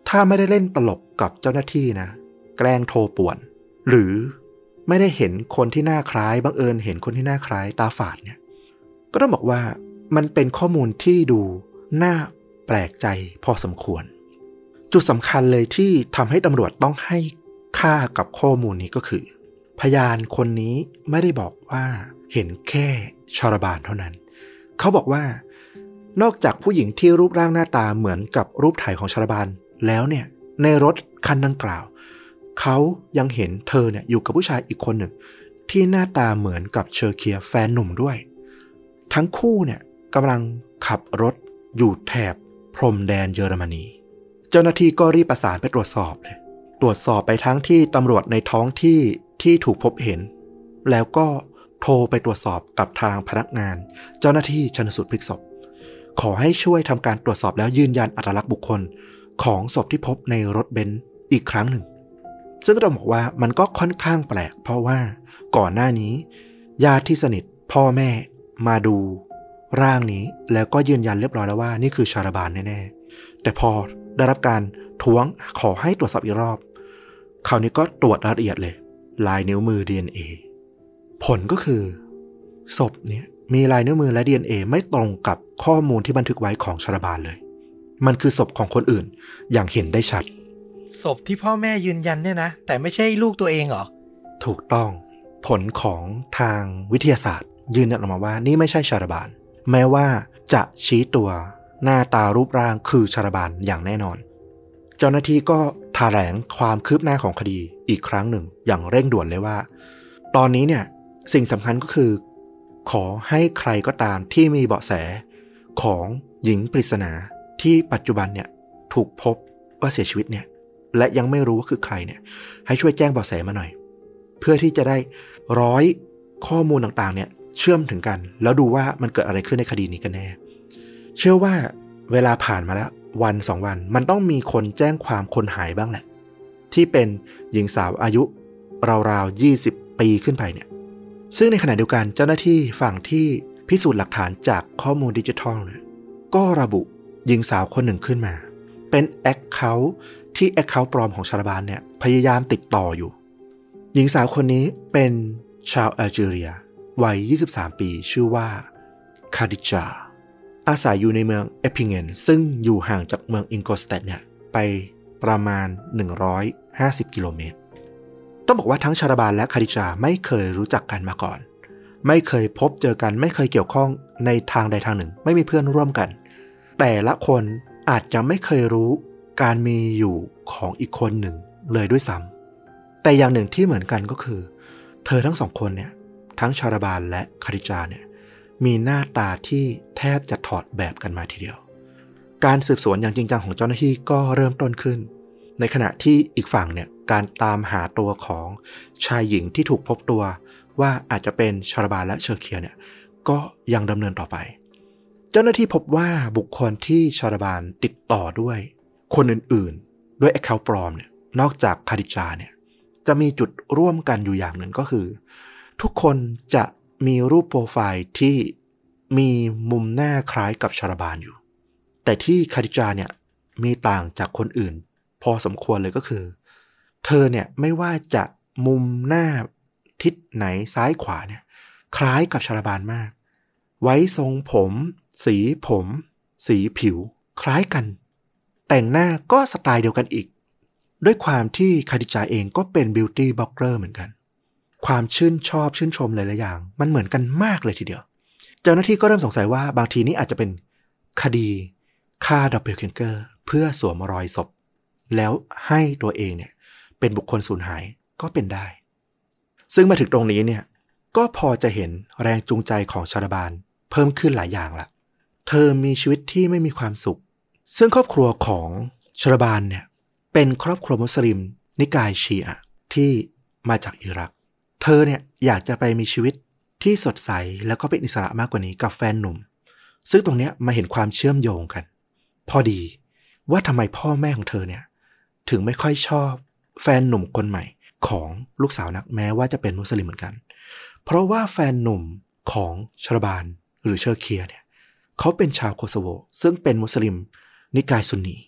ถ้าไม่ได้เล่นตลกกับเจ้าหน้าที่นะแกล้งโทรป่วนหรือไม่ได้เห็นคนที่หน้าคล้ายบังเอิญเห็นคนที่หน้าคล้ายตาฝาดเนี่ยก็ต้องบอกว่ามันเป็นข้อมูลที่ดูน่าแปลกใจพอสมควรจุดสำคัญเลยที่ทำให้ตำรวจต้องให้ค่ากับข้อมูลนี้ก็คือพยานคนนี้ไม่ได้บอกว่าเห็นแค่ชรบาลเท่านั้นเขาบอกว่านอกจากผู้หญิงที่รูปร่างหน้าตาเหมือนกับรูปถ่ายของชรบาลแล้วเนี่ยในรถคันดังกล่าวเขายังเห็นเธอเนี่ยอยู่กับผู้ชายอีกคนหนึ่งที่หน้าตาเหมือนกับเชอร์เคียแฟนหนุ่มด้วยทั้งคู่เนี่ยกำลังขับรถอยู่แถบพรมแดนเยอรมนีเจ้าหน้าที่ก็รีบประสานไปตรวจสอบเลยตรวจสอบไปทั้งที่ตำรวจในท้องที่ที่ถูกพบเห็นแล้วก็โทรไปตรวจสอบกับทางพนักงานเจ้าหน้าที่ชันสูตรพลิกศพขอให้ช่วยทำการตรวจสอบแล้วยืนยันอัตลักษณ์บุคคลของศพที่พบในรถเบนซ์อีกครั้งหนึ่งซึ่งต้องบอกว่ามันก็ค่อนข้างแปลกเพราะว่าก่อนหน้านี้ญาติที่สนิทพ่อแม่มาดูร่างนี้แล้วก็ยืนยันเรียบร้อยแล้วว่านี่คือชาลบานแน่ๆแต่พอได้รับการท้วงขอให้ตรวจสอบอีกรอบคราวนี้ก็ตรวจรายละเอียดเลยลายนิ้วมือ DNA ผลก็คือศพเนี่ยมีลายนิ้วมือและ DNA ไม่ตรงกับข้อมูลที่บันทึกไว้ของชาลบานเลยมันคือศพของคนอื่นอย่างเห็นได้ชัดศพที่พ่อแม่ยืนยันเนี่ยนะแต่ไม่ใช่ลูกตัวเองเหรอถูกต้องผลของทางวิทยาศาสตร์ยืนยันออกมาว่านี่ไม่ใช่ชาลบานแม้ว่าจะชี้ตัวหน้าตารูปร่างคือชาลบานอย่างแน่นอนเจ้าหน้าที่ก็แถลงความคืบหน้าของคดีอีกครั้งหนึ่งอย่างเร่งด่วนเลยว่าตอนนี้เนี่ยสิ่งสำคัญก็คือขอให้ใครก็ตามที่มีเบาะแสของหญิงปริศนาที่ปัจจุบันเนี่ยถูกพบว่าเสียชีวิตเนี่ยและยังไม่รู้ว่าคือใครเนี่ยให้ช่วยแจ้งเบาะแสมาหน่อยเพื่อที่จะได้ร้อยข้อมูลต่างๆเนี่ยเชื่อมถึงกันแล้วดูว่ามันเกิดอะไรขึ้นในคดีนี้กันแน่เชื่อว่าเวลาผ่านมาแล้ววัน2 วันมันต้องมีคนแจ้งความคนหายบ้างแหละที่เป็นหญิงสาวอายุราวๆ20 ปีขึ้นไปเนี่ยซึ่งในขณะเดียวกันเจ้าหน้าที่ฝั่งที่พิสูจน์หลักฐานจากข้อมูลดิจิทัลเนี่ยก็ระบุหญิงสาวคนหนึ่งขึ้นมาเป็นแอคเคาท์ที่แอคเคาท์ปลอมของชาลบานเนี่ยพยายามติดต่ออยู่หญิงสาวคนนี้เป็นชาวแอลจีเรียวัย23 ปีชื่อว่าคาดิจาอาศัยอยู่ในเมืองเอพิเงนซึ่งอยู่ห่างจากเมืองอิงโกสแตดเนี่ยไปประมาณ150 กิโลเมตรต้องบอกว่าทั้งชาลบานและคาดิจาไม่เคยรู้จักกันมาก่อนไม่เคยพบเจอกันไม่เคยเกี่ยวข้องในทางใดทางหนึ่งไม่มีเพื่อนร่วมกันแต่ละคนอาจจะไม่เคยรู้การมีอยู่ของอีกคนหนึ่งเลยด้วยซ้ำแต่อย่างหนึ่งที่เหมือนกันก็คือเธอทั้งสองคนเนี่ยทั้งชาลบานและคาดิจาเนี่ยมีหน้าตาที่แทบจะถอดแบบกันมาทีเดียวการสืบสวนอย่างจริงจังของเจ้าหน้าที่ก็เริ่มต้นขึ้นในขณะที่อีกฝั่งเนี่ยการตามหาตัวของชายหญิงที่ถูกพบตัวว่าอาจจะเป็นชาลบานและเชอร์เคียเนี่ยก็ยังดำเนินต่อไปเจ้าหน้าที่พบว่าบุคคลที่ชาลบานติดต่อด้วยคนอื่นๆด้วยแอคเคาท์ปลอมเนี่ยนอกจากคาดิจาเนี่ยจะมีจุดร่วมกันอยู่อย่างหนึ่งก็คือทุกคนจะมีรูปโปรไฟล์ที่มีมุมหน้าคล้ายกับชาลบานอยู่แต่ที่คาดิจาเนี่ยมีต่างจากคนอื่นพอสมควรเลยก็คือเธอเนี่ยไม่ว่าจะมุมหน้าทิศไหนซ้ายขวาเนี่ยคล้ายกับชาลบานมากไว้ทรงผมสีผิวคล้ายกันแต่งหน้าก็สไตล์เดียวกันอีกด้วยความที่คาดิจาเองก็เป็นบิวตี้บล็อกเกอร์เหมือนกันความชื่นชมหลายๆอย่างมันเหมือนกันมากเลยทีเดียวเจ้าหน้าที่ก็เริ่มสงสัยว่าบางทีนี้อาจจะเป็นคดีฆ่าดับเบิลเคงเกอร์เพื่อสวมรอยศพแล้วให้ตัวเองเนี่ยเป็นบุคคลสูญหายก็เป็นได้ซึ่งมาถึงตรงนี้เนี่ยก็พอจะเห็นแรงจูงใจของชาลบานเพิ่มขึ้นหลายอย่างละเธอมีชีวิตที่ไม่มีความสุขซึ่งครอบครัวของชาลบานเนี่ยเป็นครอบครัวมุสลิมนิกายชีอะห์ที่มาจากอิรักเธอเนี่ยอยากจะไปมีชีวิตที่สดใสแล้วก็เป็นอิสระมากกว่านี้กับแฟนหนุ่มซึ่งตรงเนี้ยมาเห็นความเชื่อมโยงกันพอดีว่าทำไมพ่อแม่ของเธอเนี่ยถึงไม่ค่อยชอบแฟนหนุ่มคนใหม่ของลูกสาวนักแม้ว่าจะเป็นมุสลิมเหมือนกันเพราะว่าแฟนหนุ่มของชาลบานหรือเชอร์เคียเนี่ยเขาเป็นชาวโคโซโวซึ่งเป็นมุสลิมนิกายซุนนี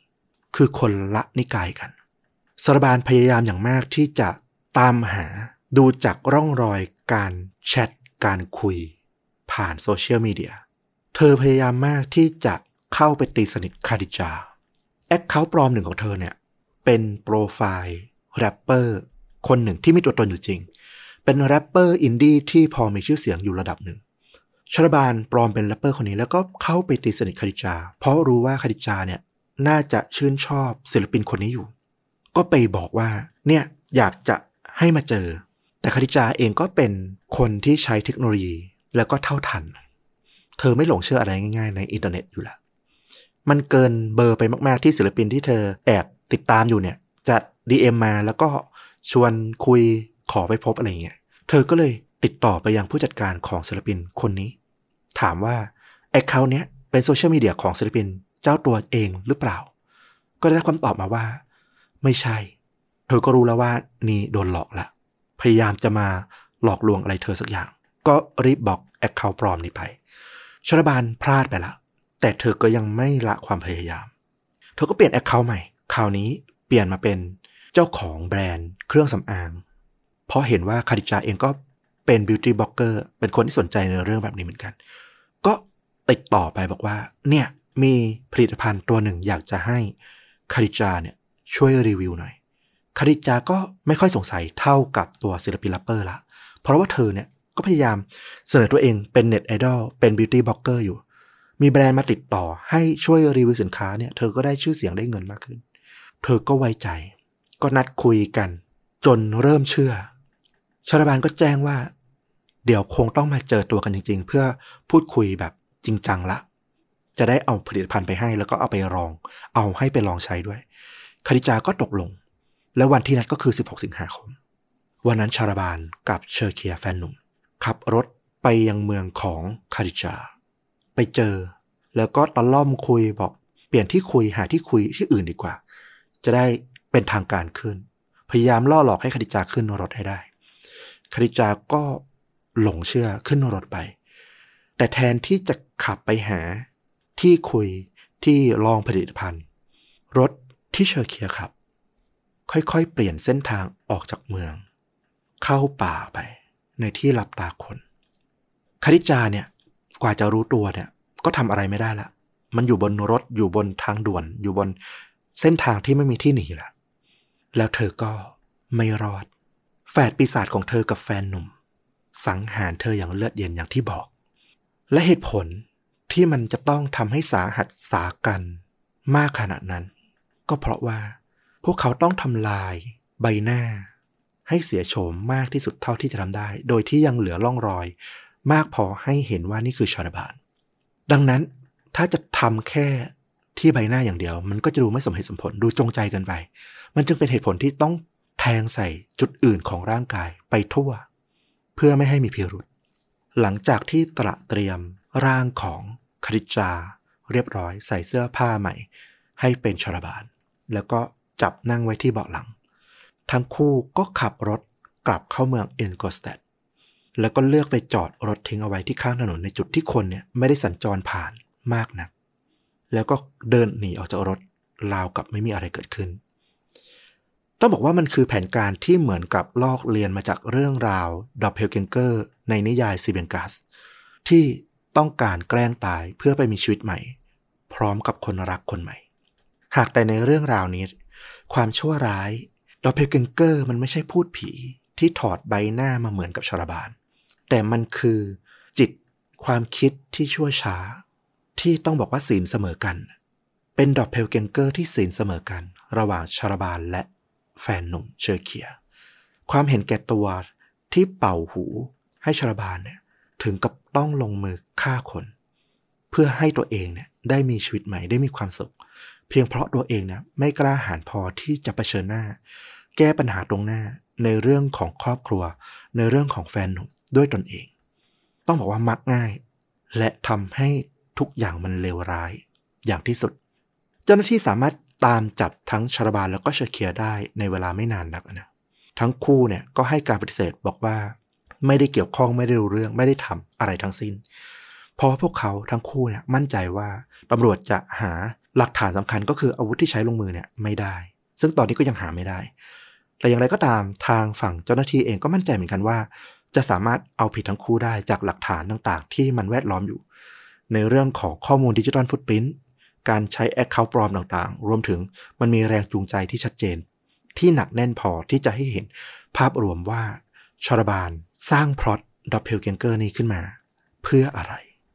คือคนละนิกายกันซาราบานพยายามอย่างมากที่จะตามหาดูจากร่องรอยการแชทการคุยผ่านโซเชียลมีเดียเธอพยายามมากที่จะเข้าไปตีสนิทคาดิจาแอคเคาท์ปลอมหนึ่งของเธอเนี่ยเป็นโปรไฟล์แรปเปอร์คนหนึ่งที่มีตัวตนอยู่จริงเป็นแรปเปอร์อินดี้ที่พอมีชื่อเสียงอยู่ระดับหนึ่งชาราบานปลอมเป็นแรปเปอร์คนนี้แล้วก็เข้าไปตีสนิทคาดิจาเพราะรู้ว่าคาดิจาเนี่ยน่าจะชื่นชอบศิลปินคนนี้อยู่ก็ไปบอกว่าเนี่ยอยากจะให้มาเจอแต่คาดิจาเองก็เป็นคนที่ใช้เทคโนโลยีแล้วก็เท่าทันเธอไม่หลงเชื่ออะไรง่ายๆในอินเทอร์เน็ตอยู่แล้วมันเกินเบอร์ไปมากๆที่ศิลปินที่เธอแอบติดตามอยู่เนี่ยจะ DM มาแล้วก็ชวนคุยขอไปพบอะไรเงี้ยเธอก็เลยติดต่อไปยังผู้จัดการของศิลปินคนนี้ถามว่าแอคเคาท์เนี้ยเป็นโซเชียลมีเดียของศิลปินเจ้าตัวเองหรือเปล่าก็ได้รับคำตอบมาว่าไม่ใช่เธอก็รู้แล้วว่านี่โดนหลอกละพยายามจะมาหลอกลวงอะไรเธอสักอย่างก็รีบบล็อกแอคเคาท์ปลอมนี้ไปชลบานพลาดไปละแต่เธอก็ยังไม่ละความพยายามเธอก็เปลี่ยนแอคเคาท์ใหม่คราวนี้เปลี่ยนมาเป็นเจ้าของแบรนด์เครื่องสำอางเพราะเห็นว่าคาดิจาเองก็เป็นบิวตี้บล็อกเกอร์เป็นคนที่สนใจในเรื่องแบบนี้เหมือนกันก็ติดต่อไปบอกว่าเนี่ยมีผลิตภัณฑ์ตัวหนึ่งอยากจะให้คาดิจาเนี่ยช่วยรีวิวหน่อยคาดิจาก็ไม่ค่อยสงสัยเท่ากับตัวศิลปินแรปเปอร์ละเพราะว่าเธอเนี่ยก็พยายามเสนอตัวเองเป็นเน็ตไอดอลเป็นบิวตี้บล็อกเกอร์อยู่มีแบรนด์มาติดต่อให้ช่วยรีวิวสินค้าเนี่ยเธอก็ได้ชื่อเสียงได้เงินมากขึ้นเธอก็ไว้ใจก็นัดคุยกันจนเริ่มเชื่อชลบานก็แจ้งว่าเดี๋ยวคงต้องมาเจอตัวกันจริงๆเพื่อพูดคุยแบบจริงจังละจะได้เอาผลิตภัณฑ์ไปให้แล้วก็เอาไปเอาให้ไปลองใช้ด้วยคาดิจาก็ตกลงแล้ววันที่นัดก็คือ16สิงหาคมวันนั้นชาราบานกับเชอร์เคียแฟนหนุ่มขับรถไปยังเมืองของคาดิจาไปเจอแล้วก็ตะล่อมคุยบอกเปลี่ยนที่คุยหาที่คุยที่อื่นดีกว่าจะได้เป็นทางการขึ้นพยายามล่อหลอกให้คาดิจาขึ้นรถให้ได้คาดิจาก็หลงเชื่อขึ้นรถไปแต่แทนที่จะขับไปหาที่คุยที่ลองผลิตภัณฑ์รถที่เชอร์เคียขับค่อยๆเปลี่ยนเส้นทางออกจากเมืองเข้าป่าไปในที่ลับตาคนคาดิจาเนี่ยกว่าจะรู้ตัวเนี่ยก็ทำอะไรไม่ได้ละมันอยู่บนรถอยู่บนทางด่วนอยู่บนเส้นทางที่ไม่มีที่หนีละแล้วเธอก็ไม่รอดแฝดปีศาจของเธอกับแฟนหนุ่มสังหารเธออย่างเลือดเย็นอย่างที่บอกและเหตุผลที่มันจะต้องทำให้สาหัสสากันมากขนาดนั้นก็เพราะว่าพวกเขาต้องทำลายใบหน้าให้เสียโฉมมากที่สุดเท่าที่จะทำได้โดยที่ยังเหลือร่องรอยมากพอให้เห็นว่านี่คือชาราบานดังนั้นถ้าจะทำแค่ที่ใบหน้าอย่างเดียวมันก็จะดูไม่สมเหตุสมผลดูจงใจเกินไปมันจึงเป็นเหตุผลที่ต้องแทงใส่จุดอื่นของร่างกายไปทั่วเพื่อไม่ให้มีพิรุธหลังจากที่ตระเตรียมร่างของคาดิจาเรียบร้อยใส่เสื้อผ้าใหม่ให้เป็นชาราบานแล้วก็จับนั่งไว้ที่เบาะหลังทั้งคู่ก็ขับรถกลับเข้าเมืองเอ็นโกสแตดแล้วก็เลือกไปจอดรถทิ้งเอาไว้ที่ข้างถนนในจุดที่คนเนี่ยไม่ได้สัญจรผ่านมากนักแล้วก็เดินหนีออกจากรถราวกับไม่มีอะไรเกิดขึ้นต้องบอกว่ามันคือแผนการที่เหมือนกับลอกเลียนมาจากเรื่องราวดับเพลเกนเกอร์ในนิยายซีเบนกัสที่ต้องการแกล้งตายเพื่อไปมีชีวิตใหม่พร้อมกับคนรักคนใหม่หากแต่ในเรื่องราวนี้ความชั่วร้ายดับเพลเกนเกอร์มันไม่ใช่พูดผีที่ถอดใบหน้ามาเหมือนกับชาราบานแต่มันคือจิตความคิดที่ชั่วช้าที่ต้องบอกว่าศีลเสมอกันเป็นดับเพลเกนเกอร์ที่ศีลเสมอกันระหว่างชาราบานและแฟนหนุ่มเชอร์เคียความเห็นแก่ตัวที่เป่าหูให้ชาราบานเนี่ยถึงกับต้องลงมือฆ่าคนเพื่อให้ตัวเองเนี่ยได้มีชีวิตใหม่ได้มีความสุขเพียงเพราะตัวเองเนี่ยไม่กล้าหาญพอที่จะเผชิญหน้าแก้ปัญหาตรงหน้าในเรื่องของครอบครัวในเรื่องของแฟนหนุ่มด้วยตนเองต้องบอกว่ามักง่ายและทำให้ทุกอย่างมันเลวร้ายอย่างที่สุดเจ้าหน้าที่สามารถตามจับทั้งชาราบานแล้วก็เชอร์เคียได้ในเวลาไม่นานนักนะทั้งคู่เนี่ยก็ให้การปฏิเสธบอกว่าไม่ได้เกี่ยวข้องไม่ได้รู้เรื่องไม่ได้ทำอะไรทั้งสิ้นเพราะพวกเขาทั้งคู่เนี่ยมั่นใจว่าตำรวจจะหาหลักฐานสำคัญก็คืออาวุธที่ใช้ลงมือเนี่ยไม่ได้ซึ่งตอนนี้ก็ยังหาไม่ได้แต่อย่างไรก็ตามทางฝั่งเจ้าหน้าที่เองก็มั่นใจเหมือนกันว่าจะสามารถเอาผิดทั้งคู่ได้จากหลักฐานต่างๆที่มันแวดล้อมอยู่ในเรื่องของข้อมูลดิจิทัลฟุตพริ้นท์การใช้แอคเคาท์ปลอมต่างๆรวมถึงมันมีแรงจูงใจที่ชัดเจนที่หนักแน่นพอที่จะให้เห็นภาพรวมว่าชลบาลสร้างพล็อตดับเพลเกนเกอร์นี้ขึ้นมาเพื่ออะไร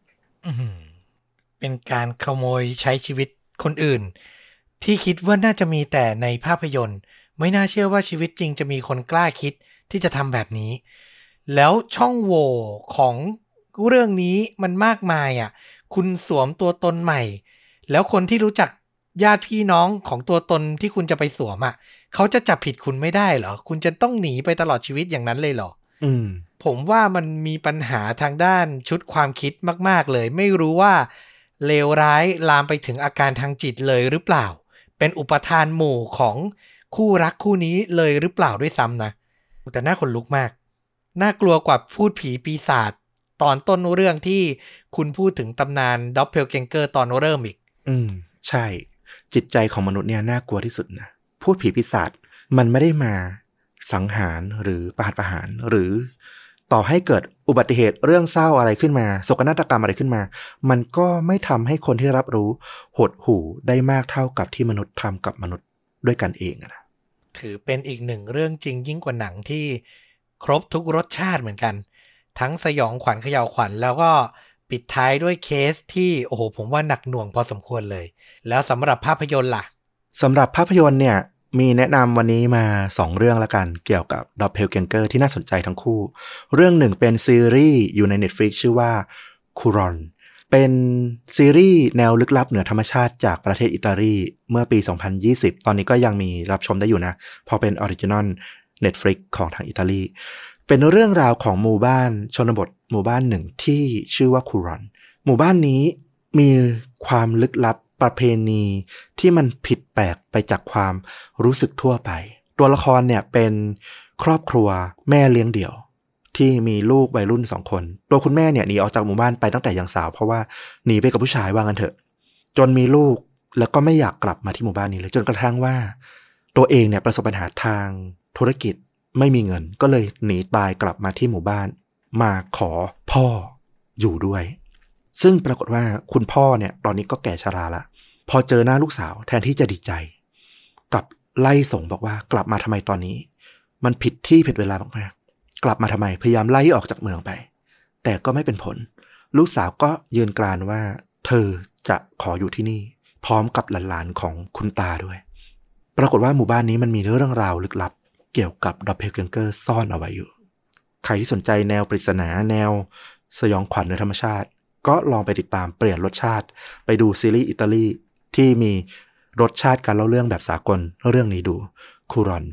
เป็นการขโมยใช้ชีวิตคนอื่นที่คิดว่าน่าจะมีแต่ในภาพยนตร์ไม่น่าเชื่อว่าชีวิตจริงจะมีคนกล้าคิดที่จะทำแบบนี้แล้วช่องโหว่ของเรื่องนี้มันมากมายอ่ะคุณสวมตัวตนใหม่แล้วคนที่รู้จักญาติพี่น้องของตัวตนที่คุณจะไปสวมอ่ะเขาจะจับผิดคุณไม่ได้เหรอคุณจะต้องหนีไปตลอดชีวิตอย่างนั้นเลยเหรอผมว่ามันมีปัญหาทางด้านชุดความคิดมากๆเลยไม่รู้ว่าเลวร้ายลามไปถึงอาการทางจิตเลยหรือเปล่าเป็นอุปทานหมู่ของคู่รักคู่นี้เลยหรือเปล่าด้วยซ้ำนะแต่น่าขนลุกมากน่ากลัวกว่าพูดผีปีศาจตอนต้นเรื่องที่คุณพูดถึงตำนานด็อปเพลเกนเกอร์ตอนเริ่มอีกใช่จิตใจของมนุษย์เนี่ยน่ากลัวที่สุดนะพูดผีปีศาจมันไม่ได้มาสังหารหรือประหารหรือต่อให้เกิดอุบัติเหตุเรื่องเศร้าอะไรขึ้นมาโศกนาฏกรรมอะไรขึ้นมามันก็ไม่ทำให้คนที่รับรู้หดหู่ได้มากเท่ากับที่มนุษย์ทำกับมนุษย์ด้วยกันเองนะถือเป็นอีกหนึ่งเรื่องจริงยิ่งกว่าหนังที่ครบทุกรสชาติเหมือนกันทั้งสยองขวัญเขย่าขวัญแล้วก็ปิดท้ายด้วยเคสที่โอ้โหผมว่าหนักหน่วงพอสมควรเลยแล้วสำหรับภาพยนตร์ล่ะสำหรับภาพยนตร์เนี่ยมีแนะนำวันนี้มา2เรื่องละกันเกี่ยวกับ Doppelganger ที่น่าสนใจทั้งคู่เรื่องหนึ่งเป็นซีรีส์อยู่ใน Netflix ชื่อว่า Cuarón เป็นซีรีส์แนวลึกลับเหนือธรรมชาติจากประเทศอิตาลีเมื่อปี2020ตอนนี้ก็ยังมีรับชมได้อยู่นะพอเป็นออริจินอล Netflix ของทางอิตาลีเป็นเรื่องราวของหมู่บ้านชนบทหมู่บ้านหนึ่งที่ชื่อว่า Cuarón หมู่บ้านนี้มีความลึกลับประเพณีที่มันผิดแปลกไปจากความรู้สึกทั่วไปตัวละครเนี่ยเป็นครอบครัวแม่เลี้ยงเดี่ยวที่มีลูกวัยรุ่น2คนตัวคุณแม่เนี่ยหนีออกจากหมู่บ้านไปตั้งแต่ยังสาวเพราะว่าหนีไปกับผู้ชายว่างั้นเถอะจนมีลูกแล้วก็ไม่อยากกลับมาที่หมู่บ้านนี้เลยจนกระทั่งว่าตัวเองเนี่ยประสบปัญหาทางธุรกิจไม่มีเงินก็เลยหนีตายกลับมาที่หมู่บ้านมาขอพ่ออยู่ด้วยซึ่งปรากฏว่าคุณพ่อเนี่ยตอนนี้ก็แก่ชราละพอเจอหน้าลูกสาวแทนที่จะดีใจกลับไล่ส่งบอกว่ากลับมาทำไมตอนนี้มันผิดที่ผิดเวลามากๆกลับมาทำไมพยายามไล่ออกจากเมืองไปแต่ก็ไม่เป็นผลลูกสาวก็ยืนกรานว่าเธอจะขออยู่ที่นี่พร้อมกับหลานๆของคุณตาด้วยปรากฏว่าหมู่บ้านนี้มันมีเรื่องราวลึกลับเกี่ยวกับดับเพลเกนเกอร์ซ่อนเอาไว้อยู่ใครที่สนใจแนวปริศนาแนวสยองขวัญในธรรมชาติก็ลองไปติดตามเปลี่ยนรสชาติไปดูซีรีส์อิตาลีที่มีรสชาติการเล่าเรื่องแบบสากลเรื่องนี้ดู Cuarón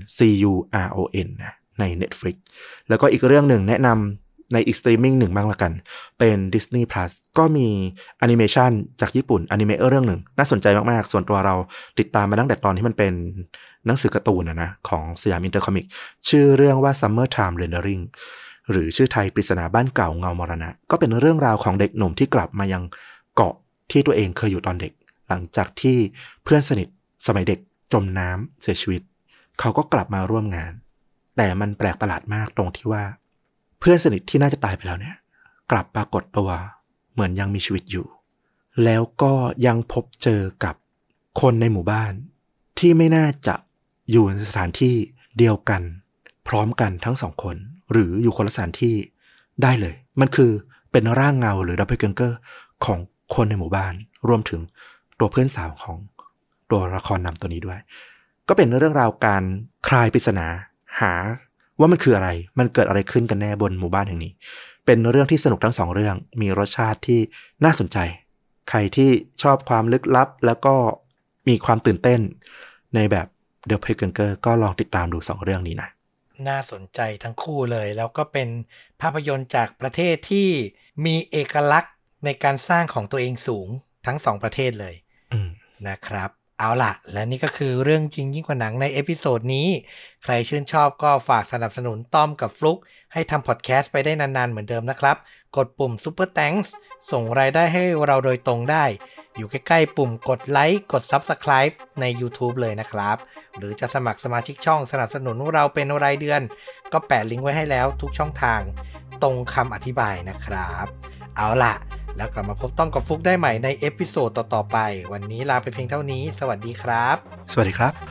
Curon นะใน Netflix แล้วก็อีกเรื่องหนึ่งแนะนำในอีกสตรีมมิ่งหนึ่งบ้างละกันเป็น Disney Plus ก็มีแอนิเมชันจากญี่ปุ่นอนิเมะเรื่องหนึ่งน่าสนใจมากๆส่วนตัวเราติดตามมาตั้งแต่ตอนที่มันเป็นหนังสือการ์ตูนนะของสยามอินเตอร์คอมิกชื่อเรื่องว่า Summer Time Rendering หรือชื่อไทยปริศนาบ้านเก่าเงามรณะก็เป็นเรื่องราวของเด็กหนุ่มที่กลับมายังเกาะที่ตัวเองเคยอยู่ตอนเด็กหลังจากที่เพื่อนสนิทสมัยเด็กจมน้ำเสียชีวิตเขาก็กลับมาร่วมงานแต่มันแปลกประหลาดมากตรงที่ว่าเพื่อนสนิทที่น่าจะตายไปแล้วเนี่ยกลับปรากฏตัวเหมือนยังมีชีวิตอยู่แล้วก็ยังพบเจอกับคนในหมู่บ้านที่ไม่น่าจะอยู่ในสถานที่เดียวกันพร้อมกันทั้งสองคนหรืออยู่คนละสถานที่ได้เลยมันคือเป็นร่างเงาหรือดับเบิลเกนเกอร์ของคนในหมู่บ้านรวมถึงตัวเพื่อนสาวของตัวละครนำตัวนี้ด้วยก็เป็นเรื่องราวการคลายปริศนาหาว่ามันคืออะไรมันเกิดอะไรขึ้นกันแน่บนหมู่บ้านแห่งนี้เป็นเรื่องที่สนุกทั้ง2เรื่องมีรสชาติที่น่าสนใจใครที่ชอบความลึกลับแล้วก็มีความตื่นเต้นในแบบ Doppelganger ก็ลองติดตามดู2เรื่องนี้นะน่าสนใจทั้งคู่เลยแล้วก็เป็นภาพยนตร์จากประเทศที่มีเอกลักษณ์ในการสร้างของตัวเองสูงทั้ง2ประเทศเลยนะครับเอาล่ะและนี่ก็คือเรื่องจริงยิ่งกว่าหนังในเอพิโซดนี้ใครชื่นชอบก็ฝากสนับสนุนต้อมกับฟลุกให้ทำพอดแคสต์ไปได้นานๆเหมือนเดิมนะครับกดปุ่ม Super Thanks ส่งรายได้ให้เราโดยตรงได้อยู่ใกล้ๆปุ่มกดไลค์กด Subscribe ใน YouTube เลยนะครับหรือจะสมัครสมาชิกช่องสนับสนุนเราเป็นรายเดือนก็แปะลิงก์ไว้ให้แล้วทุกช่องทางตรงคำอธิบายนะครับเอาล่ะแล้วกลับมาพบต้องกับฟุกได้ใหม่ในเอพิโซดต่อๆไปวันนี้ลาไปเพียงเท่านี้สวัสดีครับสวัสดีครับ